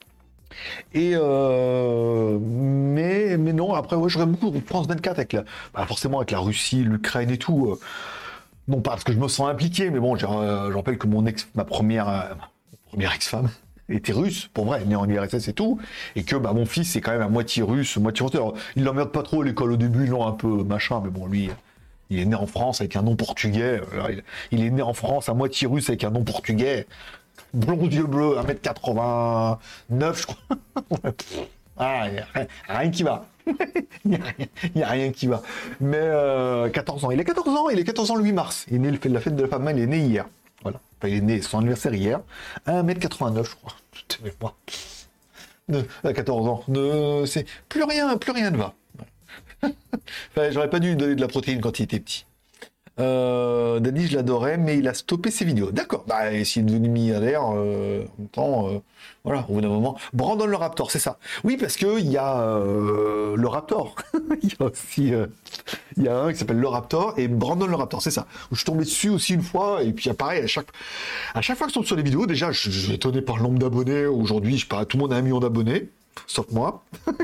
Et euh, mais, mais non, après, ouais, je regarde beaucoup France vingt-quatre avec la, bah, forcément avec la Russie, l'Ukraine et tout. Euh, non pas parce que je me sens impliqué, mais bon, euh, je rappelle que mon ex, ma première, euh, première ex-femme était russe, pour vrai, née en U R S S et tout, et que bah, mon fils est quand même à moitié russe, moitié russe. Alors, il l'emmerde pas trop à l'école au début, non, un peu machin, mais bon, lui, il est né en France avec un nom portugais. Alors, il, il est né en France à moitié russe avec un nom portugais. Blond, yeux bleus, un mètre quatre-vingt-neuf, je crois. Ah, il n'y a rien, rien qui va. Il n'y a, a rien qui va. Mais euh, quatorze ans. Il a quatorze ans, il est quatorze ans le huit mars. Il est né le fait de la fête de la femme, il est né hier. Voilà. Enfin, il est né, son anniversaire hier. un mètre quatre-vingt-neuf, je crois. Mais moi. De, à quatorze ans. De, c'est, plus rien, plus rien ne va. Enfin, j'aurais pas dû lui donner de la protéine quand il était petit. Euh, Daddy, je l'adorais, mais il a stoppé ses vidéos. D'accord. Bah, s'il est devenu milliardaire, euh, en même temps, euh, voilà, au bout d'un moment. Brandon le Raptor, c'est ça. Oui, parce que il y a euh, le Raptor. Il y a aussi, euh, il y a un qui s'appelle le Raptor et Brandon le Raptor, c'est ça. Je suis tombé dessus aussi une fois et puis pareil, à chaque, à chaque fois que je tombe sur les vidéos, déjà, je, je suis étonné par le nombre d'abonnés. Aujourd'hui, je sais pas, tout le monde a un million d'abonnés. Sauf moi.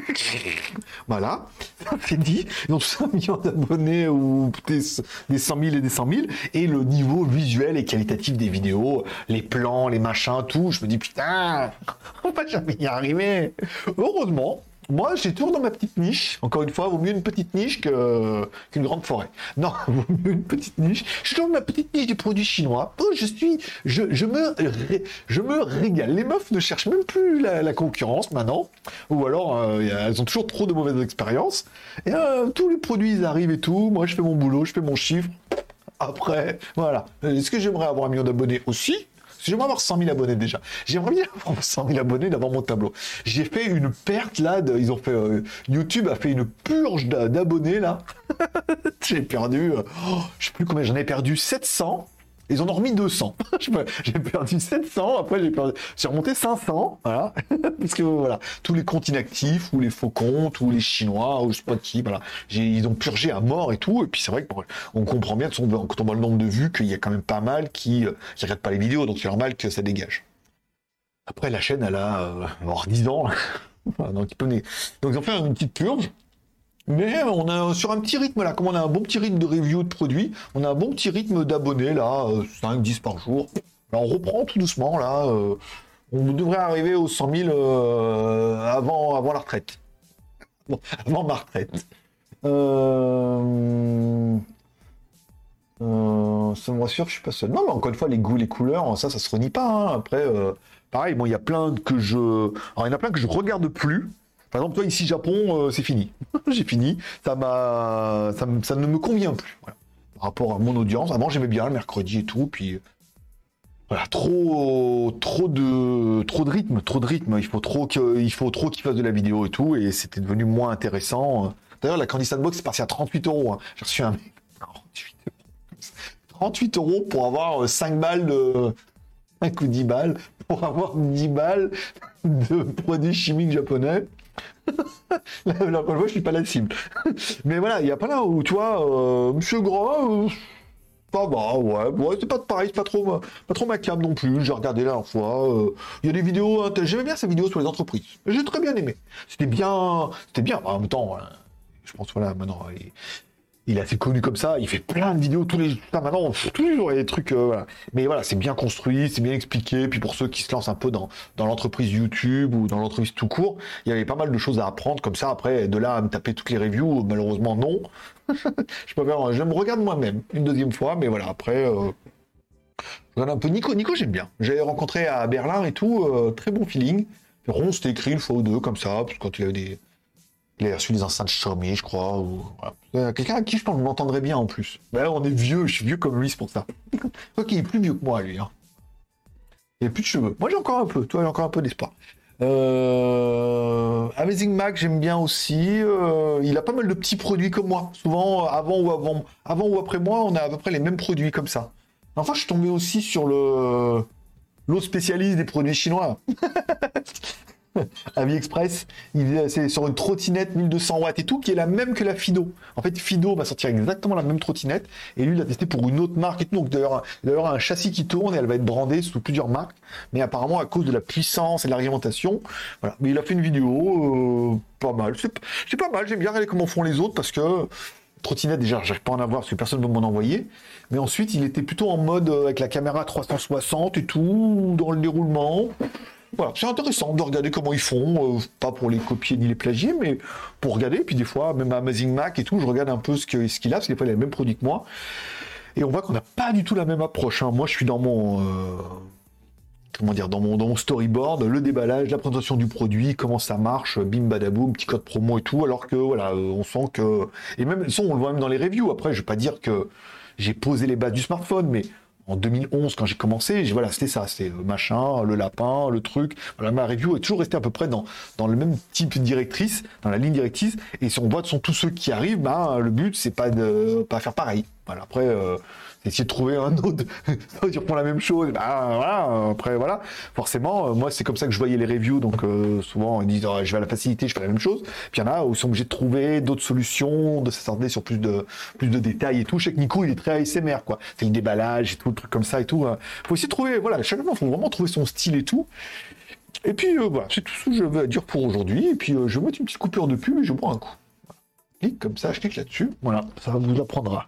Voilà, c'est dit. Ils ont tous un million d'abonnés ou des, des cent mille et des cent mille. Et le niveau visuel et qualitatif des vidéos, les plans, les machins, tout. Je me dis, putain, on va jamais y arriver. Heureusement, moi, j'ai toujours dans ma petite niche. Encore une fois, vaut mieux une petite niche que, qu'une grande forêt. Non, vaut mieux une petite niche. Je suis toujours dans ma petite niche des produits chinois. Oh, je suis, je, je me, je me régale. Les meufs ne cherchent même plus la, la concurrence maintenant. Ou alors, euh, elles ont toujours trop de mauvaises expériences. Et euh, tous les produits, ils arrivent et tout. Moi, je fais mon boulot, je fais mon chiffre. Après, voilà. Est-ce que j'aimerais avoir un million d'abonnés aussi? J'aimerais avoir cent mille abonnés déjà. J'aimerais bien avoir cent mille abonnés d'avoir mon tableau. J'ai fait une perte là, de, ils ont fait, euh, YouTube a fait une purge d'abonnés là. J'ai perdu, euh, oh, je sais plus combien, j'en ai perdu sept cents. Ils en ont remis deux cents. J'ai perdu sept cents, après j'ai perdu, j'ai remonté cinq cents, voilà. Parce que voilà, tous les comptes inactifs, ou les faux comptes, ou les Chinois, ou je sais pas qui, voilà. Ils ont purgé à mort et tout, et puis c'est vrai qu'on comprend bien, quand on voit le nombre de vues, qu'il y a quand même pas mal qui, euh, qui regardent pas les vidéos, donc c'est normal que ça dégage. Après, la chaîne, elle a euh, alors dix ans, voilà, donc, donc ils ont fait une petite purge. Mais on a sur un petit rythme là, comme on a un bon petit rythme de review de produits, on a un bon petit rythme d'abonnés là, cinq dix par jour. Là, on reprend tout doucement là. Euh, on devrait arriver aux cent mille euh, avant, avant la retraite. Bon, avant ma retraite. Euh... Euh, ça me rassure, je suis pas seul. Non, mais encore une fois, les goûts, les couleurs, ça, ça se renie pas. Hein. Après, euh, pareil, bon, il y a plein que je. Alors, il y en a plein que je regarde plus. Par exemple, toi, ici, Japon, euh, c'est fini. J'ai fini. Ça m'a, ça, ça ne me convient plus. Voilà. Par rapport à mon audience. Avant, j'aimais bien le mercredi et tout. Puis, voilà, trop, trop de, trop de rythme, trop de rythme. Il faut trop que, il faut trop qu'ils fassent de la vidéo et tout. Et c'était devenu moins intéressant. D'ailleurs, la Candy Sandbox, c'est parti à trente-huit euros. Hein. J'ai reçu un trente-huit euros pour avoir cinq balles de, un coup dix balles pour avoir dix balles de produits chimiques japonais. Là, là, encore une fois, je suis pas la cible. Mais voilà, il y a pas là où, tu vois, euh, Monsieur Gras, euh, ça va, ouais, ouais, c'est pas pareil, c'est pas trop, ma- pas trop ma cam non plus. J'ai regardé la dernière fois. euh, Il y a des vidéos, hein, j'aimais bien ces vidéos sur les entreprises. J'ai très bien aimé. C'était bien, c'était bien. En même temps, euh, je pense, voilà, maintenant, il, il est assez connu comme ça. Il fait plein de vidéos tous les jours. Maintenant, pff, tous les jours, il y a des trucs, euh, voilà. Mais voilà, c'est bien construit, c'est bien expliqué. Puis pour ceux qui se lancent un peu dans, dans l'entreprise YouTube ou dans l'entreprise tout court, il y avait pas mal de choses à apprendre comme ça. Après, de là à me taper toutes les reviews, malheureusement, non. Je préfère, je me regarde moi-même une deuxième fois, mais voilà, après, euh, je regarde un peu Nico. Nico, j'aime bien. J'avais rencontré à Berlin et tout, euh, très bon feeling. Ron, c'était écrit une fois ou deux, comme ça, parce que quand il avait des. Il a reçu des enceintes Xiaomi, je crois. Ou... voilà. Euh, Quelqu'un à qui je pense que je m'entendrais bien en plus. Ben, on est vieux, je suis vieux comme lui, c'est pour ça. Toi qui est plus vieux que moi, lui. Hein. Il a plus de cheveux. Moi, j'ai encore un peu. Toi, j'ai encore un peu d'espoir. Euh... Amazing Mac, j'aime bien aussi. Euh, il a pas mal de petits produits comme moi. Souvent, avant ou avant, avant ou après moi, on a à peu près les mêmes produits comme ça. Enfin, je suis tombé aussi sur le l'autre spécialiste des produits chinois. AliExpress, il- c'est sur une trottinette mille deux cents watts et tout, qui est la même que la Fido. En fait, Fido va sortir exactement la même trottinette, et lui, il l'a testé pour une autre marque et tout. Donc, d'ailleurs, d'ailleurs, un châssis qui tourne, et elle va être brandée sous plusieurs marques. Mais apparemment, à cause de la puissance et de l'argumentation, voilà. Mais il a fait une vidéo, euh, pas mal. C'est c'est pas mal, j'aime bien regarder comment font les autres, parce que trottinette, déjà, j'arrive pas à en avoir, parce que personne ne veut m'en envoyer. Mais ensuite, il était plutôt en mode euh, avec la caméra trois cent soixante et tout, dans le déroulement. Voilà, c'est intéressant de regarder comment ils font, euh, pas pour les copier ni les plagier, mais pour regarder. Puis des fois, même à Amazing Mac et tout, je regarde un peu ce que- ce qu'il a, parce qu'il a les mêmes produits que moi. Et on voit qu'on n'a pas du tout la même approche. Hein. Moi, je suis dans mon, euh, comment dire, dans mon, dans mon storyboard, le déballage, la présentation du produit, comment ça marche, bim badaboum, petit code promo et tout. Alors que voilà, euh, on sent que, et même ça, on le voit même dans les reviews. Après, je vais pas dire que j'ai posé les bases du smartphone, mais en deux mille onze, quand j'ai commencé, j'ai- voilà, c'était ça, c'était le machin, le lapin, le truc. Voilà, ma review est toujours restée à peu près dans, dans le même type de directrice, dans la ligne directrice. Et si on voit, sont tous ceux qui arrivent, bah, le but, c'est pas de pas faire pareil. Voilà, après, euh, c'est essayer de trouver un autre, qui reprend la même chose. Bah, voilà, après, voilà. Forcément, euh, moi, c'est comme ça que je voyais les reviews. Donc, euh, souvent, ils disent, oh, je vais à la facilité, je fais la même chose. Puis il y en a où ils sont obligés de trouver d'autres solutions, de s'attarder sur plus de, plus de détails et tout. Je sais que Nico, il est très A S M R, quoi. C'est le déballage et tout, le truc comme ça et tout. Hein. Faut aussi trouver, voilà, chacun, il faut vraiment trouver son style et tout. Et puis, euh, voilà, c'est tout ce que je veux dire pour aujourd'hui. Et puis, euh, je vais mettre une petite coupure de pub et je bois un coup. Je clique comme ça, je clique là-dessus. Voilà, ça vous apprendra.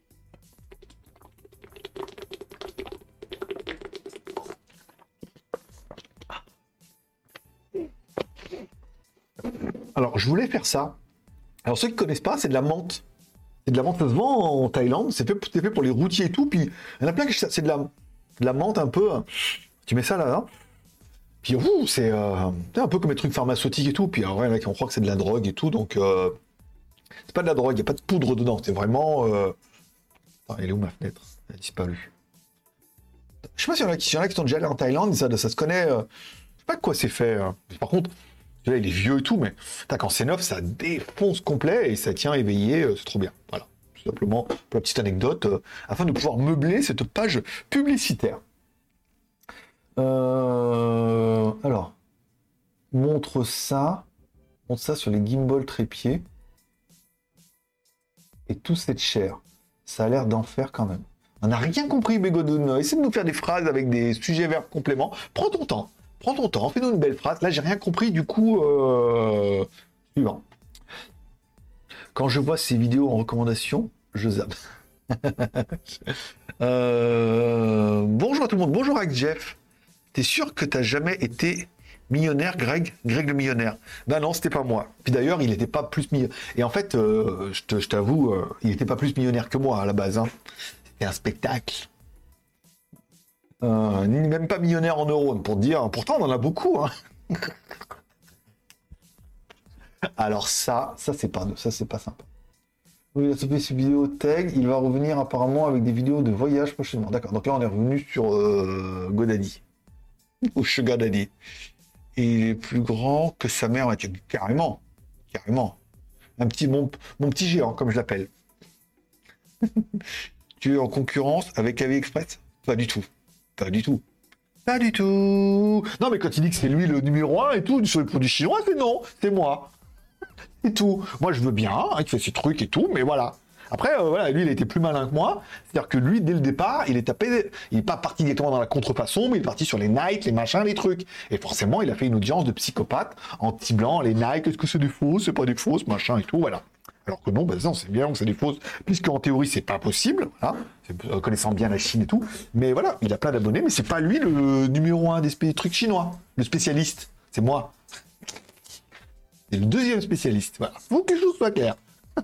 Alors, je voulais faire ça. Alors, ceux qui connaissent pas, c'est de la menthe. C'est de la menthe, ça se vend en Thaïlande. C'est fait, c'est fait pour les routiers et tout. Puis, il y en a plein qui c'est de la, de la menthe un peu. Tu mets ça là, là. Puis, ouh, c'est euh, c'est un peu comme les trucs pharmaceutiques et tout. Puis, alors, ouais, là, on croit que c'est de la drogue et tout. Donc, euh, c'est pas de la drogue. Il n'y a pas de poudre dedans. C'est vraiment. Euh... Attends, elle est où ma fenêtre? Elle a disparu. Je sais pas s'il y en a qui, s'il y en a qui sont déjà allés en Thaïlande. Ça, ça se connaît. Euh... Je sais pas de quoi c'est fait. Euh. Par contre. Là, il est vieux et tout, mais putain, quand c'est neuf, ça défonce complet et ça tient éveillé, euh, c'est trop bien. Voilà, tout simplement pour la petite anecdote, euh, afin de pouvoir meubler cette page publicitaire. Euh, alors, montre ça, montre ça sur les gimbal trépieds. Et tout cette chair. Ça a l'air d'enfer quand même. On n'a rien compris, Bégodon. Essaie de nous faire des phrases avec des sujets verbes compléments. Prends ton temps. Prends ton temps, fais-nous une belle phrase. Là, j'ai rien compris, du coup, euh... suivant. Quand je vois ces vidéos en recommandation, je zappe. euh... Bonjour à tout le monde, bonjour avec Jeff. T'es sûr que t'as jamais été millionnaire, Greg Greg le millionnaire? Ben non, c'était pas moi. Puis d'ailleurs, il n'était pas plus millionnaire. Et en fait, euh, je t'avoue, euh, il n'était pas plus millionnaire que moi à la base. Hein. C'était un spectacle. Euh, ni même pas millionnaire en euros, pour te dire. Pourtant, on en a beaucoup. Hein. Alors ça, ça c'est pas, ça c'est pas sympa. Oui, il a stoppé ses vidéos tag. Il va revenir apparemment avec des vidéos de voyage prochainement. D'accord. Donc là, on est revenu sur euh, GoDaddy ou Sugar Daddy. Et il est plus grand que sa mère. Carrément, carrément. Un petit mon, mon petit géant, comme je l'appelle. Tu es en concurrence avec AliExpress? Pas du tout. Pas du tout. Pas du tout. Non, mais quand il dit que c'est lui le numéro un et tout, sur les produits chinois, c'est non, c'est moi. Et tout. Moi, je veux bien, hein, il fait ses trucs et tout, mais voilà. Après, euh, voilà, lui, il a été plus malin que moi. C'est-à-dire que lui, dès le départ, il est tapé, il n'est pas parti directement dans la contrefaçon, mais il est parti sur les Nike, les machins, les trucs. Et forcément, il a fait une audience de psychopathe en ciblant les Nike. Est-ce que c'est des fausses, c'est pas des fausses, machin et tout, voilà. Alors que non, ben non, c'est bien que c'est des fausses, puisqu'en théorie, c'est pas possible, voilà, c'est, connaissant bien la Chine et tout. Mais voilà, il a plein d'abonnés, mais c'est pas lui le numéro un des spé- trucs chinois, le spécialiste. C'est moi. C'est le deuxième spécialiste. Voilà, faut que les choses soient claires.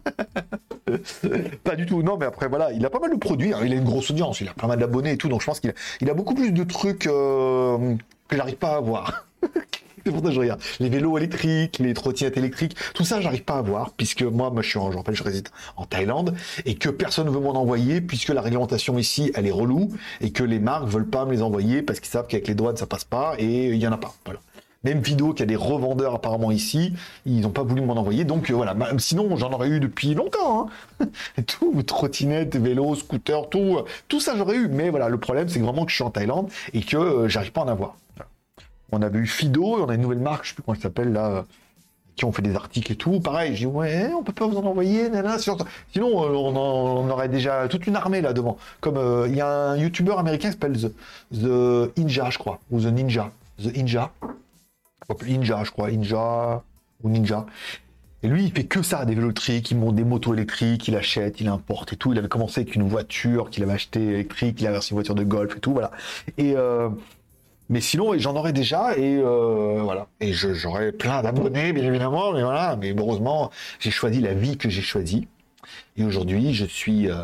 Pas du tout, non, mais après voilà, il a pas mal de produits, hein, il a une grosse audience, il a pas mal d'abonnés et tout, donc je pense qu'il a, il a beaucoup plus de trucs euh, que j'arrive pas à voir. C'est pour ça que je regarde. Les vélos électriques, les trottinettes électriques, tout ça, j'arrive pas à voir, puisque moi, moi je suis en, je rappelle, je réside en Thaïlande, et que personne ne veut m'en envoyer, puisque la réglementation ici, elle est relou, et que les marques veulent pas me les envoyer, parce qu'ils savent qu'avec les douanes, ça passe pas, et il y en a pas. Voilà. Même vidéo qu'il y a des revendeurs apparemment ici, ils n'ont pas voulu m'en envoyer, donc euh, voilà. Sinon, j'en aurais eu depuis longtemps. Hein. Tout, trottinette, vélo, scooter, tout, euh, tout ça j'aurais eu. Mais voilà, le problème, c'est vraiment que je suis en Thaïlande et que euh, j'arrive pas à en avoir. Voilà. On avait eu Fido, et on a une nouvelle marque, je sais plus comment elle s'appelle là, euh, qui ont fait des articles et tout. Pareil, j'ai dit ouais, on peut pas vous en envoyer, nana. Sinon, euh, on, en, on aurait déjà toute une armée là devant. Comme euh, il y a un YouTuber américain qui s'appelle The, The Inja, je crois, ou The Ninja, The Inja. Ninja, je crois, Ninja ou Ninja. Et lui, il fait que ça, des vélos électriques, il monte des motos électriques, il achète, il importe et tout. Il avait commencé avec une voiture qu'il avait achetée électrique, il avait reçu une voiture de golf et tout, voilà. Et euh, mais sinon, j'en aurais déjà et euh, voilà. Et je, j'aurais plein d'abonnés, bien évidemment, mais voilà. Mais heureusement, j'ai choisi la vie que j'ai choisie. Et aujourd'hui, je suis. Euh...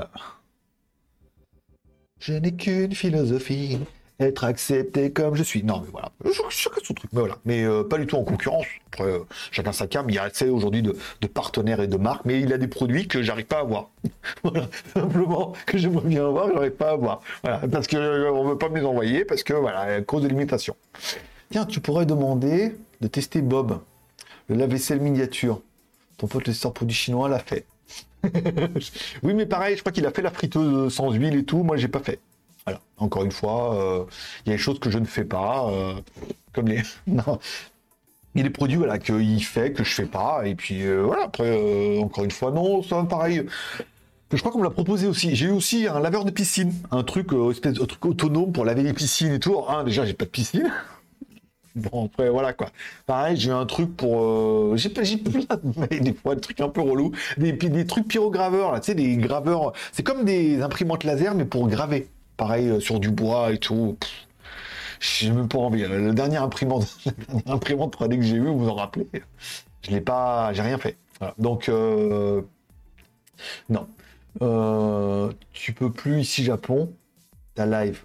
Je n'ai qu'une philosophie. Être accepté comme je suis. Non, mais voilà. Chacun son truc, mais voilà. Mais euh, pas du tout en concurrence. Après, euh, chacun sa cam. Il y a assez aujourd'hui de, de partenaires et de marques, mais il a des produits que j'arrive pas à avoir. Voilà. Simplement, que j'aimerais bien avoir, j'arrive pas à avoir. Voilà. Parce que euh, on veut pas me les envoyer, parce que voilà, à cause de limitation. Tiens, tu pourrais demander de tester Bob, le lave-vaisselle miniature. Ton pote le sort produit chinois l'a fait. Oui, mais pareil, je crois qu'il a fait la friteuse sans huile et tout. Moi, j'ai pas fait. Voilà, encore une fois, il euh, y a des choses que je ne fais pas, euh, comme les... non. Il y a des produits voilà, qu'il fait, que je fais pas, et puis euh, voilà, après, euh, encore une fois, non, ça pareil. Je crois qu'on me l'a proposé aussi. J'ai eu aussi un laveur de piscine, un truc, euh, espèce de truc autonome pour laver les piscines et tout. Alors, un, déjà, j'ai pas de piscine. Bon, après, voilà, quoi. Pareil, j'ai eu un truc pour... Euh... J'ai pas... J'ai plein de... des fois, des trucs un peu relous. Des, des trucs pyrograveurs, là, tu sais, des graveurs... C'est comme des imprimantes laser, mais pour graver. Pareil, euh, sur du bois et tout. J'ai même pas envie. Le dernier imprimante, imprimante trois D que j'ai eu, vous vous en rappelez, je l'ai pas... J'ai rien fait. Voilà. Donc, euh... non. Euh... Tu peux plus, ici, Japon, ta live.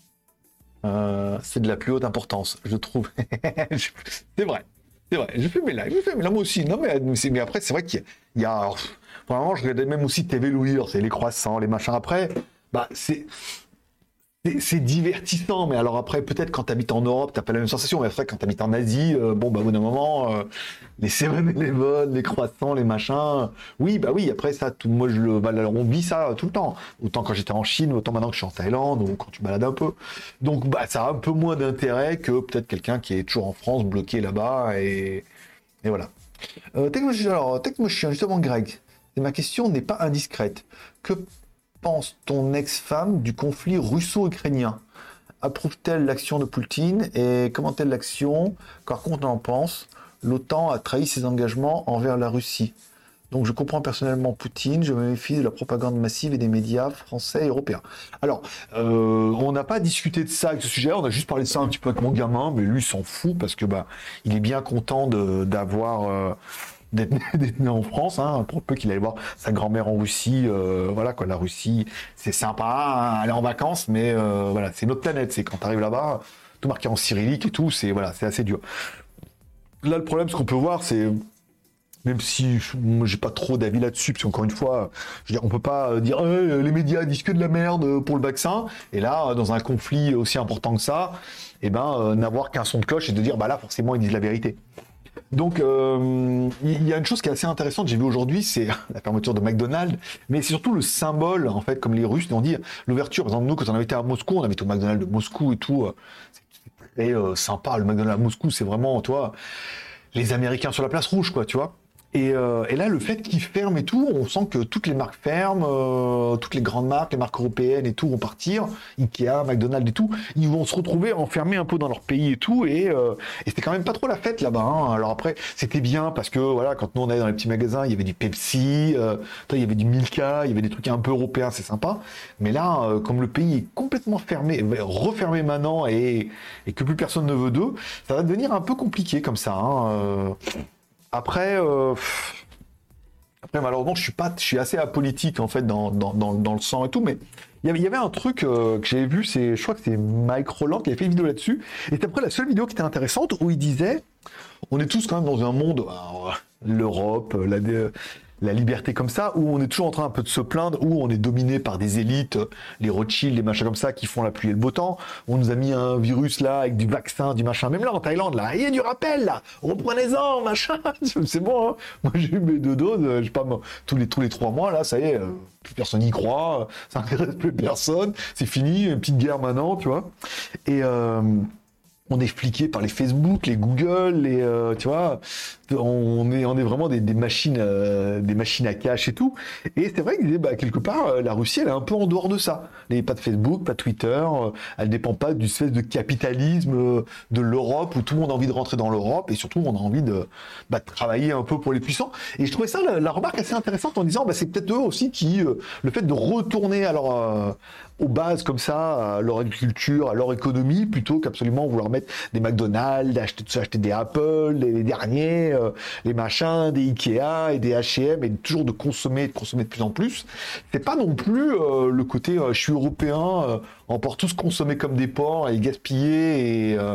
Euh, c'est de la plus haute importance, je trouve. C'est vrai, c'est vrai. Je fais mes lives, je fais mes lives moi aussi. Non, mais, mais après, c'est vrai qu'il y a. Il y a alors, vraiment, je regardais même aussi T V Louis, c'est les croissants, les machins. Après, bah, c'est. C'est, c'est divertissant, mais alors après, peut-être quand tu habites en Europe, t'as pas la même sensation. Mais après, quand tu habites en Asie, euh, bon, bah, au bout d'un moment, euh, les seven eleven, les croissants, les machins. Oui, bah oui, après, ça, tout, moi, je le, bah, on vit ça tout le temps. Autant quand j'étais en Chine, autant maintenant que je suis en Thaïlande, ou quand tu balades un peu. Donc, bah, ça a un peu moins d'intérêt que peut-être quelqu'un qui est toujours en France, bloqué là-bas, et, et voilà. Euh, Technochien, alors, Technochien, justement, Greg, ma question n'est pas indiscrète. Que pense ton ex-femme du conflit russo-ukrainien? Approuve-t-elle l'action de Poutine et commente-t-elle l'action? Car qu'on en pense, l'OTAN a trahi ses engagements envers la Russie. Donc je comprends personnellement Poutine, je me méfie de la propagande massive et des médias français et européens. Alors, euh, on n'a pas discuté de ça avec ce sujet, on a juste parlé de ça un petit peu avec mon gamin, mais lui il s'en fout parce que bah il est bien content de, d'avoir... Euh, D'être, né, d'être né en France, hein, pour peu qu'il aille voir sa grand-mère en Russie, euh, voilà quoi, la Russie, c'est sympa, hein, aller en vacances, mais euh, voilà, c'est notre planète, c'est quand t'arrives là-bas, tout marqué en cyrillique et tout, c'est voilà, c'est assez dur. Là, le problème, ce qu'on peut voir, c'est, même si je, moi, j'ai pas trop d'avis là-dessus, parce qu'encore une fois, je veux dire, on peut pas dire hey, les médias disent que de la merde pour le vaccin, et là, dans un conflit aussi important que ça, eh ben, euh, n'avoir qu'un son de cloche et de dire, bah là, forcément, ils disent la vérité. Donc, euh, il y a une chose qui est assez intéressante, j'ai vu aujourd'hui, c'est la fermeture de McDonald's, mais c'est surtout le symbole, en fait, comme les Russes l'ont dit, l'ouverture. Par exemple, nous, quand on avait été à Moscou, on avait été au McDonald's de Moscou et tout, très euh, sympa. Le McDonald's à Moscou, c'est vraiment, toi, les Américains sur la place rouge, quoi, tu vois. Et, euh, et là, le fait qu'ils ferment et tout, on sent que toutes les marques ferment, euh, toutes les grandes marques, les marques européennes et tout vont partir, Ikea, McDonald's et tout, ils vont se retrouver enfermés un peu dans leur pays et tout, et, euh, et c'était quand même pas trop la fête là-bas. Hein. Alors après, c'était bien parce que voilà, quand nous on allait dans les petits magasins, il y avait du Pepsi, euh, il y avait du Milka, il y avait des trucs un peu européens, c'est sympa. Mais là, euh, comme le pays est complètement fermé, refermé maintenant, et, et que plus personne ne veut d'eux, ça va devenir un peu compliqué comme ça. Hein. Euh, Après, euh, après, malheureusement, je suis pas, je suis assez apolitique en fait dans, dans, dans, dans le sang et tout, mais il y avait, il y avait un truc euh, que j'avais vu, c'est, je crois que c'est Mike Roland qui avait fait une vidéo là-dessus, et c'était après la seule vidéo qui était intéressante où il disait, on est tous quand même dans un monde, alors, l'Europe, la, la liberté comme ça, où on est toujours en train un peu de se plaindre, où on est dominé par des élites, les Rothschild, les machins comme ça, qui font la pluie et le beau temps. On nous a mis un virus là, avec du vaccin, du machin. Même là, en Thaïlande, là, il y a du rappel, là. Reprenez-en, machin. C'est bon, hein. Moi, j'ai eu mes deux doses, euh, je sais pas, moi, tous les, tous les trois mois, là, ça y est, euh, plus personne n'y croit, euh, ça n'intéresse plus personne, c'est fini, une petite guerre maintenant, tu vois. Et, euh, on est fliqué par les Facebook, les Google, les, euh, tu vois, on est, on est vraiment des, des machines, euh, des machines à cash et tout. Et c'est vrai que bah, quelque part, euh, la Russie, elle est un peu en dehors de ça. Elle n'est pas de Facebook, pas de Twitter. Euh, elle dépend pas du espèce de capitalisme euh, de l'Europe où tout le monde a envie de rentrer dans l'Europe et surtout on a envie de, bah, de travailler un peu pour les puissants. Et je trouvais ça la, la remarque assez intéressante en disant, bah, c'est peut-être eux aussi qui, euh, le fait de retourner à leur, euh, aux bases comme ça, à leur agriculture, à leur économie, plutôt qu'absolument vouloir mettre des McDonald's, acheter, acheter des Apple, les, les derniers, euh, les machins, des Ikea et des H et M, et toujours de consommer, de consommer de plus en plus. C'est pas non plus euh, le côté euh, je suis européen, euh, on porte tous consommer comme des porcs et gaspiller et, euh,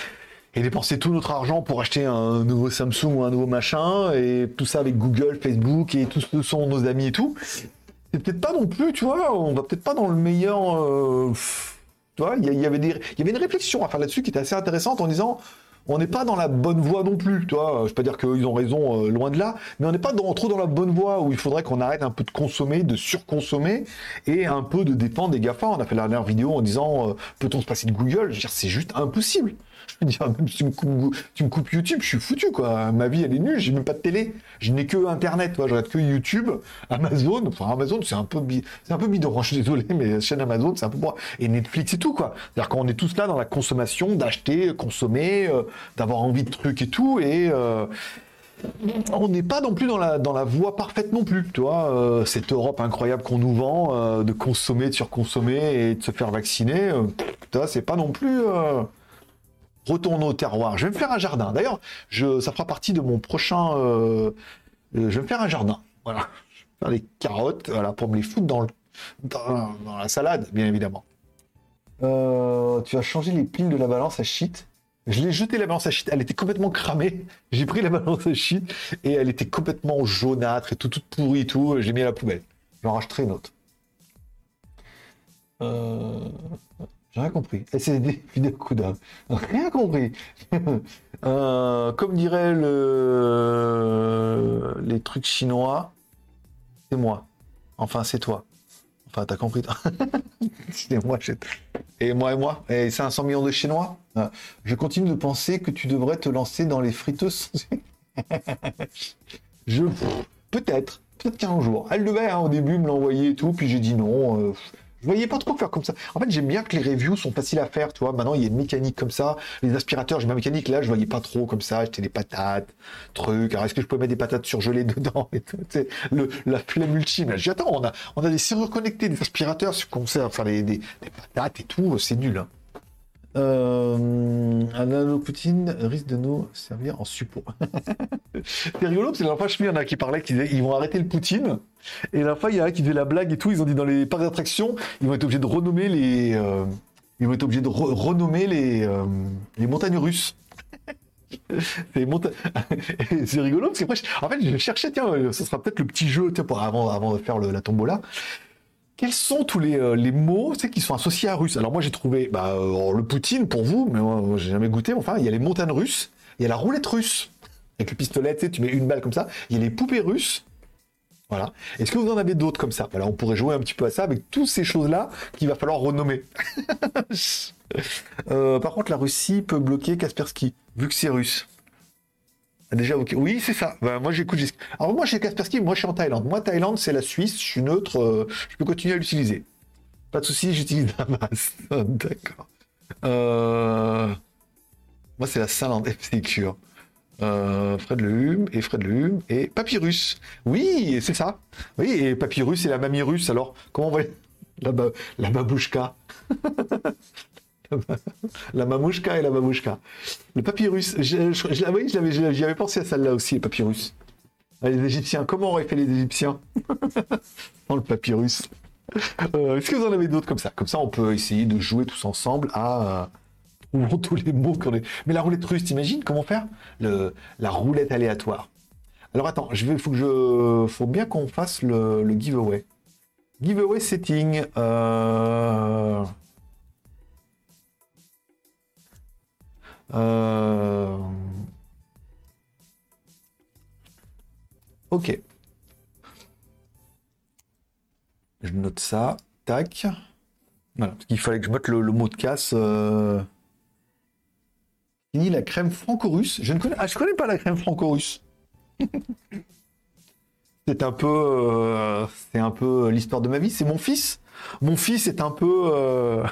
et dépenser tout notre argent pour acheter un nouveau Samsung ou un nouveau machin, et tout ça avec Google, Facebook et tous ceux sont nos amis et tout. C'est peut-être pas non plus, tu vois, on va peut-être pas dans le meilleur. Euh, tu vois, il y, y avait des, il y avait une réflexion à faire là-dessus qui était assez intéressante en disant, on n'est pas dans la bonne voie non plus, tu vois. Je peux pas dire qu'ils ont raison, euh, loin de là, mais on n'est pas dans, trop dans la bonne voie où il faudrait qu'on arrête un peu de consommer, de surconsommer et un peu de dépendre des GAFA. On a fait la dernière vidéo en disant, euh, peut-on se passer de Google? Je veux dire, c'est juste impossible. Je veux dire, même si tu me, coupes, tu me coupes YouTube, je suis foutu, quoi. Ma vie, elle est nulle, j'ai même pas de télé. Je n'ai que Internet, tu vois. Je regarde que YouTube, Amazon. Enfin, Amazon, c'est un peu, bi... c'est un peu bidon. Je suis désolé, mais la chaîne Amazon, c'est un peu moi. Et Netflix et tout, quoi. C'est-à-dire qu'on est tous là dans la consommation, d'acheter, consommer, euh, d'avoir envie de trucs et tout. Et euh, on n'est pas non plus dans la, dans la voie parfaite non plus, tu vois. Euh, cette Europe incroyable qu'on nous vend, euh, de consommer, de surconsommer et de se faire vacciner, euh, tu vois, c'est pas non plus... Euh... Retourne au terroir. Je vais me faire un jardin. D'ailleurs, je, ça fera partie de mon prochain. Euh, euh, je vais me faire un jardin. Voilà. Je vais faire des carottes, voilà, pour me les foutre dans, le, dans, dans la salade, bien évidemment. Euh, tu as changé les piles de la balance à shit. Je l'ai jeté la balance à shit. Elle était complètement cramée. J'ai pris la balance à shit et elle était complètement jaunâtre et tout, toute pourrie et tout. J'ai mis à la poubelle. J'en rachèterai une autre. Euh... J'ai rien compris. Et c'est des vidéos coup d'âme. Rien compris. euh, comme dirait le... les trucs chinois, c'est moi. Enfin, c'est toi. Enfin, t'as compris, toi. C'est moi. Je... Et moi et moi. Et cinq cents millions de Chinois. Je continue de penser que tu devrais te lancer dans les friteuses. Je... Peut-être. Peut-être qu'un jour. Elle devait, hein, au début, me l'envoyer et tout. Puis j'ai dit non. Euh... Je voyais pas trop faire comme ça. En fait, j'aime bien que les reviews sont faciles à faire, tu vois. Maintenant, il y a une mécanique comme ça. Les aspirateurs, j'ai ma mécanique. Là, je voyais pas trop comme ça. J'étais des patates, trucs. Alors, est-ce que je peux mettre des patates surgelées dedans et tout, tu sais, le, la flemme ultime. J'ai dit, attends, on a, on a des serrures connectées, des aspirateurs, si on commence à faire des, des, des patates et tout, c'est nul, hein. Euh, Anano Poutine risque de nous servir en suppôt. C'est rigolo parce que la dernière fois, je me il y en a qui parlaient qu'ils ils vont arrêter le Poutine. Et la dernière fois, il y en a qui faisaient la blague et tout. Ils ont dit dans les parcs d'attractions, ils vont être obligés de renommer les, euh, ils vont être obligés de re renommer les, euh, les montagnes russes. C'est monta... c'est rigolo parce qu'après, je... en fait, je cherchais, tiens, ce sera peut-être le petit jeu, tiens, pour avant, avant de faire le, la tombola. Quels sont tous les, euh, les mots, tu sais, qui sont associés à russe? Alors moi j'ai trouvé bah, euh, le Poutine pour vous, mais moi, moi j'ai jamais goûté. Enfin, il y a les montagnes russes, il y a la roulette russe avec le pistolet, tu sais, tu mets une balle comme ça. Il y a les poupées russes. Voilà. Est-ce que vous en avez d'autres comme ça? Voilà, on pourrait jouer un petit peu à ça avec toutes ces choses-là qu'il va falloir renommer. Euh, par contre, la Russie peut bloquer Kaspersky, vu que c'est russe. Ah, déjà, ok. Oui, c'est ça. Bah, moi, j'écoute. Jes- Alors, moi, chez Kaspersky, moi, je suis en Thaïlande. Moi, Thaïlande, c'est la Suisse. Je suis neutre. euh, je peux continuer à l'utiliser. Pas de souci, j'utilise Damas. D'accord. Euh, Moi, c'est la Finlande F C Q. Euh, Fred Le Hume et Fred Le Hume et Papyrus. Oui, c'est ça. Oui, et Papyrus et la mamie russe. Alors, comment on va la, ba... la babouchka. La mamouchka et la babouchka. Le papyrus. Je, je, je, oui, je l'avais- j'y avais pensé à celle-là aussi, les papyrus. Ah, les Égyptiens. Comment auraient fait les Égyptiens dans le papyrus? Euh, Est-ce que vous en avez d'autres comme ça? Comme ça, on peut essayer de jouer tous ensemble à. Trouvons tous les mots qu'on est. Mais la roulette russe, t'imagines comment faire le, la roulette aléatoire. Alors attends, je vais, faut que je, faut bien qu'on fasse le, le giveaway. Giveaway setting. Euh... Euh... Ok. Je note ça. Tac. Voilà. Parce qu'il fallait que je mette le, le mot de casse. Euh... Fini la crème franco-russe. Je ne connais, ah, je connais pas la crème franco-russe. C'est un peu, euh, c'est un peu l'histoire de ma vie. C'est mon fils. Mon fils est un peu, euh,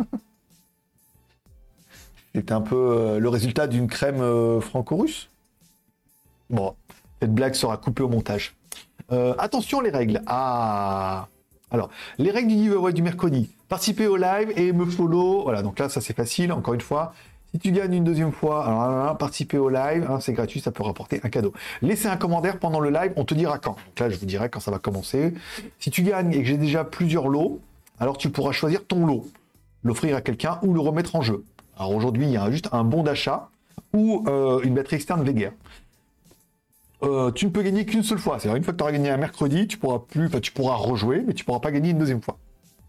c'est un peu euh, le résultat d'une crème euh, franco-russe. Bon, cette blague sera coupée au montage. Euh, attention les règles. Ah, alors les règles du giveaway du mercredi. Participer au live et me follow. Voilà, donc là ça c'est facile. Encore une fois. Si tu gagnes une deuxième fois, alors là, là, participer au live, hein, c'est gratuit, ça peut rapporter un cadeau. Laissez un commentaire pendant le live, on te dira quand. Donc là, je vous dirai quand ça va commencer. Si tu gagnes et que j'ai déjà plusieurs lots, alors tu pourras choisir ton lot, l'offrir à quelqu'un ou le remettre en jeu. Alors aujourd'hui, il y a juste un bon d'achat ou euh, une batterie externe Veger. Euh, tu ne peux gagner qu'une seule fois. C'est-à-dire une fois que tu auras gagné un mercredi, tu pourras plus, enfin, tu pourras rejouer, mais tu pourras pas gagner une deuxième fois.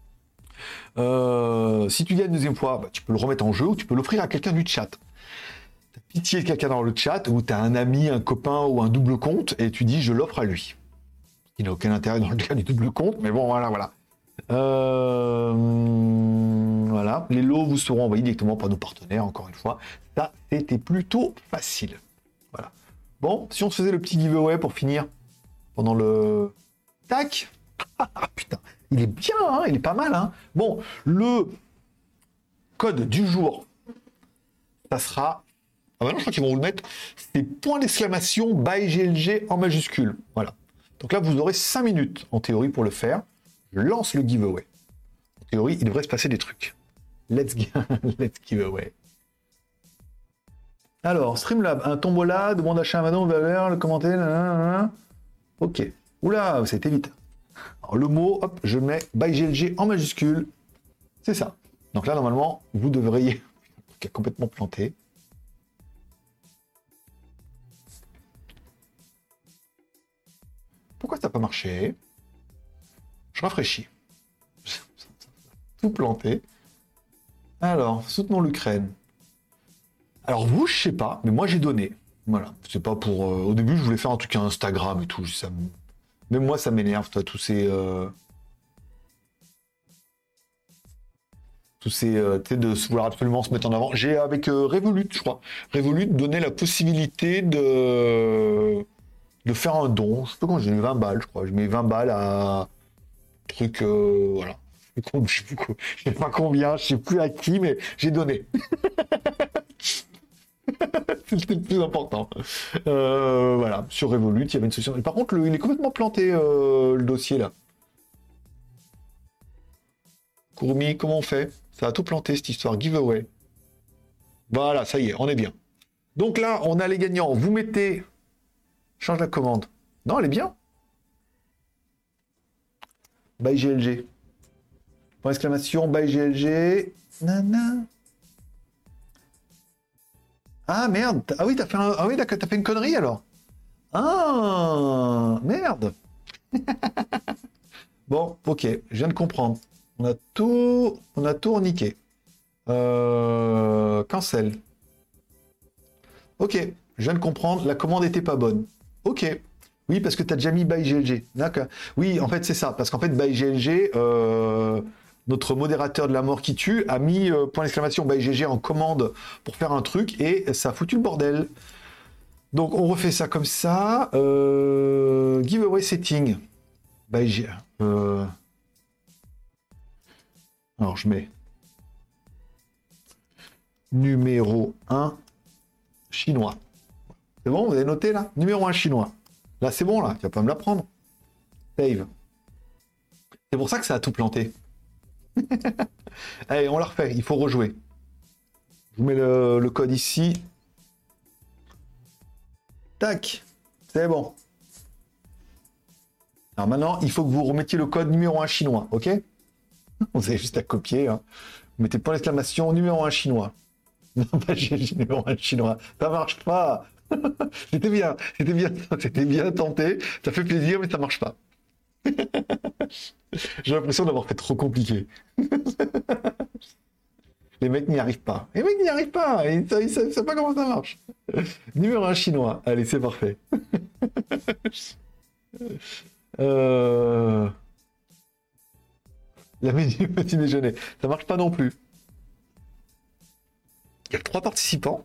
Euh, si tu gagnes une deuxième fois, bah, tu peux le remettre en jeu ou tu peux l'offrir à quelqu'un du chat. T'as pitié de quelqu'un dans le chat ou t'as un ami, un copain ou un double compte et tu dis je l'offre à lui. Il n'a aucun intérêt dans le cas du double compte, mais bon voilà voilà. Euh, voilà, les lots vous seront envoyés directement par nos partenaires. Encore une fois, ça c'était plutôt facile. Voilà. Bon, si on se faisait le petit giveaway pour finir pendant le tac. Ah putain. Il est bien, hein, il est pas mal. Hein. Bon, le code du jour, ça sera... Ah bah non, je crois qu'ils vont vous le mettre. C'est point d'exclamation by G L G en majuscule. Voilà. Donc là, vous aurez cinq minutes, en théorie, pour le faire. Je lance le giveaway. En théorie, il devrait se passer des trucs. Let's, Let's giveaway. Alors, Streamlab, un tombola, demande d'achat à Manon, valeur, le commentaire, nanana. Ok. Oula, ça a été vite. Alors, le mot, hop, je mets by G L G en majuscule. C'est ça. Donc là, normalement, vous devriez... qui est complètement planté. Pourquoi ça n'a pas marché? Je rafraîchis. Tout planté. Alors, soutenons l'Ukraine. Alors vous, je sais pas, mais moi j'ai donné. Voilà. C'est pas pour... Euh... Au début, je voulais faire un truc à Instagram et tout. Ça me... Même moi, ça m'énerve, toi, tous ces... Euh... Tous ces... Euh, tu sais, de vouloir absolument se mettre en avant. J'ai, avec euh, Revolut, je crois, Revolut donné la possibilité de... de faire un don. Je sais pas comment j'ai mis vingt balles, je crois. Je mets vingt balles à... Truc... Euh... Voilà. Je sais, plus quoi. Je sais pas combien, je sais plus à qui, mais j'ai donné. C'était le plus important. Euh, voilà, sur Revolut, il y avait une solution. Et par contre, le, il est complètement planté, euh, le dossier, là. Kurumi, comment on fait? Ça a tout planté, cette histoire. Giveaway. Voilà, ça y est, on est bien. Donc là, on a les gagnants. Vous mettez... Change la commande. Non, elle est bien. By G L G. Point exclamation, by G L G. Nana. Ah merde. Ah oui, t'as fait, un... ah, oui, t'as fait une connerie alors. Ah merde. Bon, ok, je viens de comprendre. On a tout, on a tout niqué. Euh... Cancel. Ok, je viens de comprendre. La commande n'était pas bonne. Ok. Oui, parce que tu as déjà mis by G L G. D'accord. Oui, en fait, c'est ça. Parce qu'en fait, by G L G, euh... notre modérateur de la mort qui tue, a mis euh, point d'exclamation by G G en commande pour faire un truc et ça a foutu le bordel. Donc on refait ça comme ça. Euh, giveaway setting. By G G. Euh... Alors je mets numéro un chinois. C'est bon, vous avez noté là? Numéro un chinois. Là c'est bon là, tu vas pas me l'apprendre. Save. C'est pour ça que ça a tout planté. Allez, on la refait, il faut rejouer. Je vous mets le, le code ici. Tac, c'est bon. Alors maintenant, il faut que vous remettiez le code numéro un chinois, ok? Vous avez juste à copier. Hein. Vous mettez point d'exclamation numéro un chinois. Non, pas numéro un chinois. Ça marche pas. C'était bien, c'était bien, c'était bien tenté. Ça fait plaisir, mais ça marche pas. J'ai l'impression d'avoir fait trop compliqué. Les mecs n'y arrivent pas. Les mecs n'y arrivent pas. Ils ne savent pas comment ça marche. Numéro un chinois. Allez, c'est parfait. euh... La menu petit déjeuner. Ça marche pas non plus. Il y a trois participants.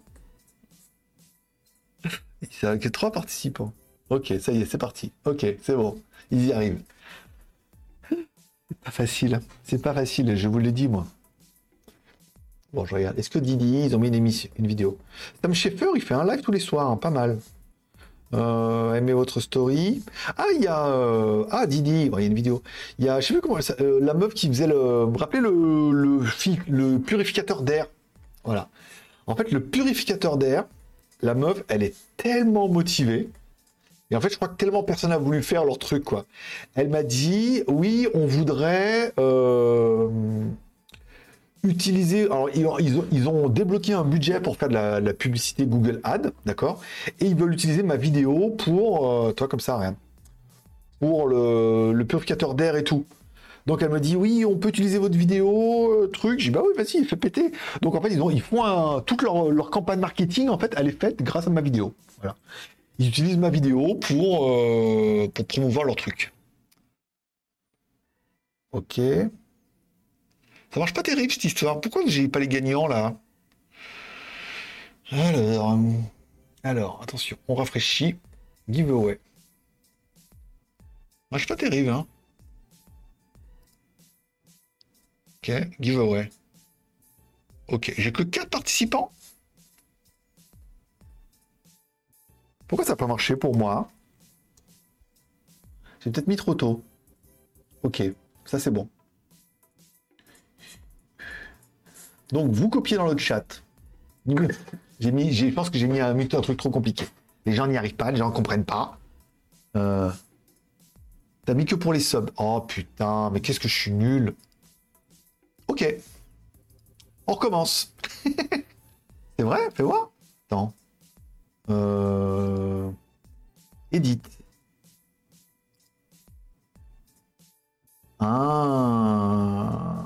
Il y a que trois participants. Ok, ça y est, c'est parti. Ok, c'est bon. Ils y arrivent. C'est pas facile. C'est pas facile, je vous l'ai dit, moi. Bon, je regarde. Est-ce que Didi, ils ont mis une émission, une vidéo? Sam Schaeffer, il fait un live tous les soirs, hein, pas mal. Euh, aimez votre story. Ah, il y a... Euh, ah, Didi, ouais, il y a une vidéo. Il y a, je sais plus comment... Ça, euh, la meuf qui faisait le... Vous vous rappelez le, le, le purificateur d'air? Voilà. En fait, le purificateur d'air, la meuf, elle est tellement motivée. Et en fait, je crois que tellement personne n'a voulu faire leur truc, quoi. Elle m'a dit, oui, on voudrait euh, utiliser... Alors, ils ont, ils, ont, ils ont débloqué un budget pour faire de la, de la publicité Google Ads, d'accord? Et ils veulent utiliser ma vidéo pour... Euh, toi, comme ça, rien. Pour le, le purificateur d'air et tout. Donc, elle me dit, oui, on peut utiliser votre vidéo, euh, truc. J'ai dit, bah oui, vas-y, fais péter. Donc, en fait, ils, ont, ils font un, toute leur, leur campagne marketing, en fait, elle est faite grâce à ma vidéo. Voilà. Ils utilisent ma vidéo pour, euh, pour promouvoir leur truc. Ok. Ça marche pas terrible cette histoire. Pourquoi j'ai pas les gagnants là? Alors, euh, alors, attention, on rafraîchit. Giveaway. Marche pas terrible, hein. Ok, giveaway. Ok, j'ai que quatre participants. Pourquoi ça n'a pas marché pour moi? J'ai peut-être mis trop tôt. Ok, ça c'est bon. Donc vous copiez dans le chat. J'ai mis, j'ai, je pense que j'ai mis un, mis un truc trop compliqué. Les gens n'y arrivent pas, les gens ne comprennent pas. Euh, T'as mis que pour les subs. Oh putain, mais qu'est-ce que je suis nul. Ok. On recommence. C'est vrai? Fais voir. Attends. Euh... Edit. Ah.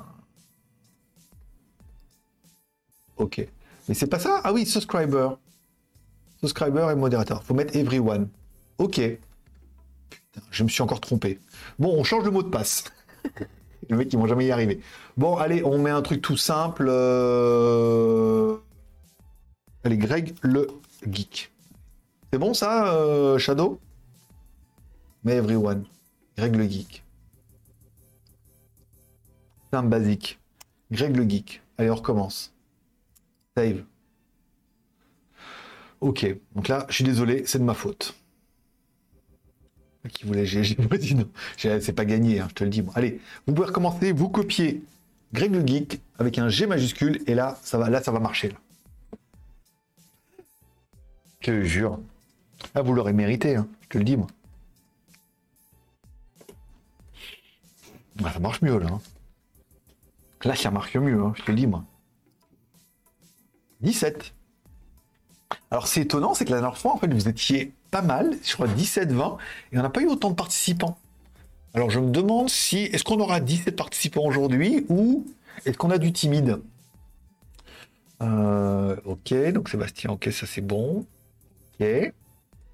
Ok. Mais c'est pas ça? Ah oui, subscriber. Subscriber et modérateur. Faut mettre everyone. Ok. Putain, je me suis encore trompé. Bon, on change le mot de passe. Les mecs, ils vont jamais y arriver. Bon, allez, on met un truc tout simple. Euh... Allez, Greg le geek. C'est bon ça, euh, Shadow? Mais everyone. Greg le geek. C'est un basique. Greg le geek. Allez, on recommence. Save. Ok. Donc là, je suis désolé, c'est de ma faute. Qui voulait, j'ai dit non. C'est pas gagné, hein, je te le dis. Bon, allez, vous pouvez recommencer. Vous copiez Greg le geek avec un G majuscule et là, ça va, là, ça va marcher. Là. Je te jure. Ah, vous l'aurez mérité, hein, je te le dis, moi. Ah, ça marche mieux, là. Hein. Là, ça marche mieux, hein, je te le dis, moi. dix-sept. Alors, c'est étonnant, c'est que la dernière fois, en fait, vous étiez pas mal, je crois dix-sept vingt, et on n'a pas eu autant de participants. Alors, je me demande si, est-ce qu'on aura dix-sept participants aujourd'hui, ou est-ce qu'on a du timide? euh, Ok, donc Sébastien, ok, ça c'est bon. Ok.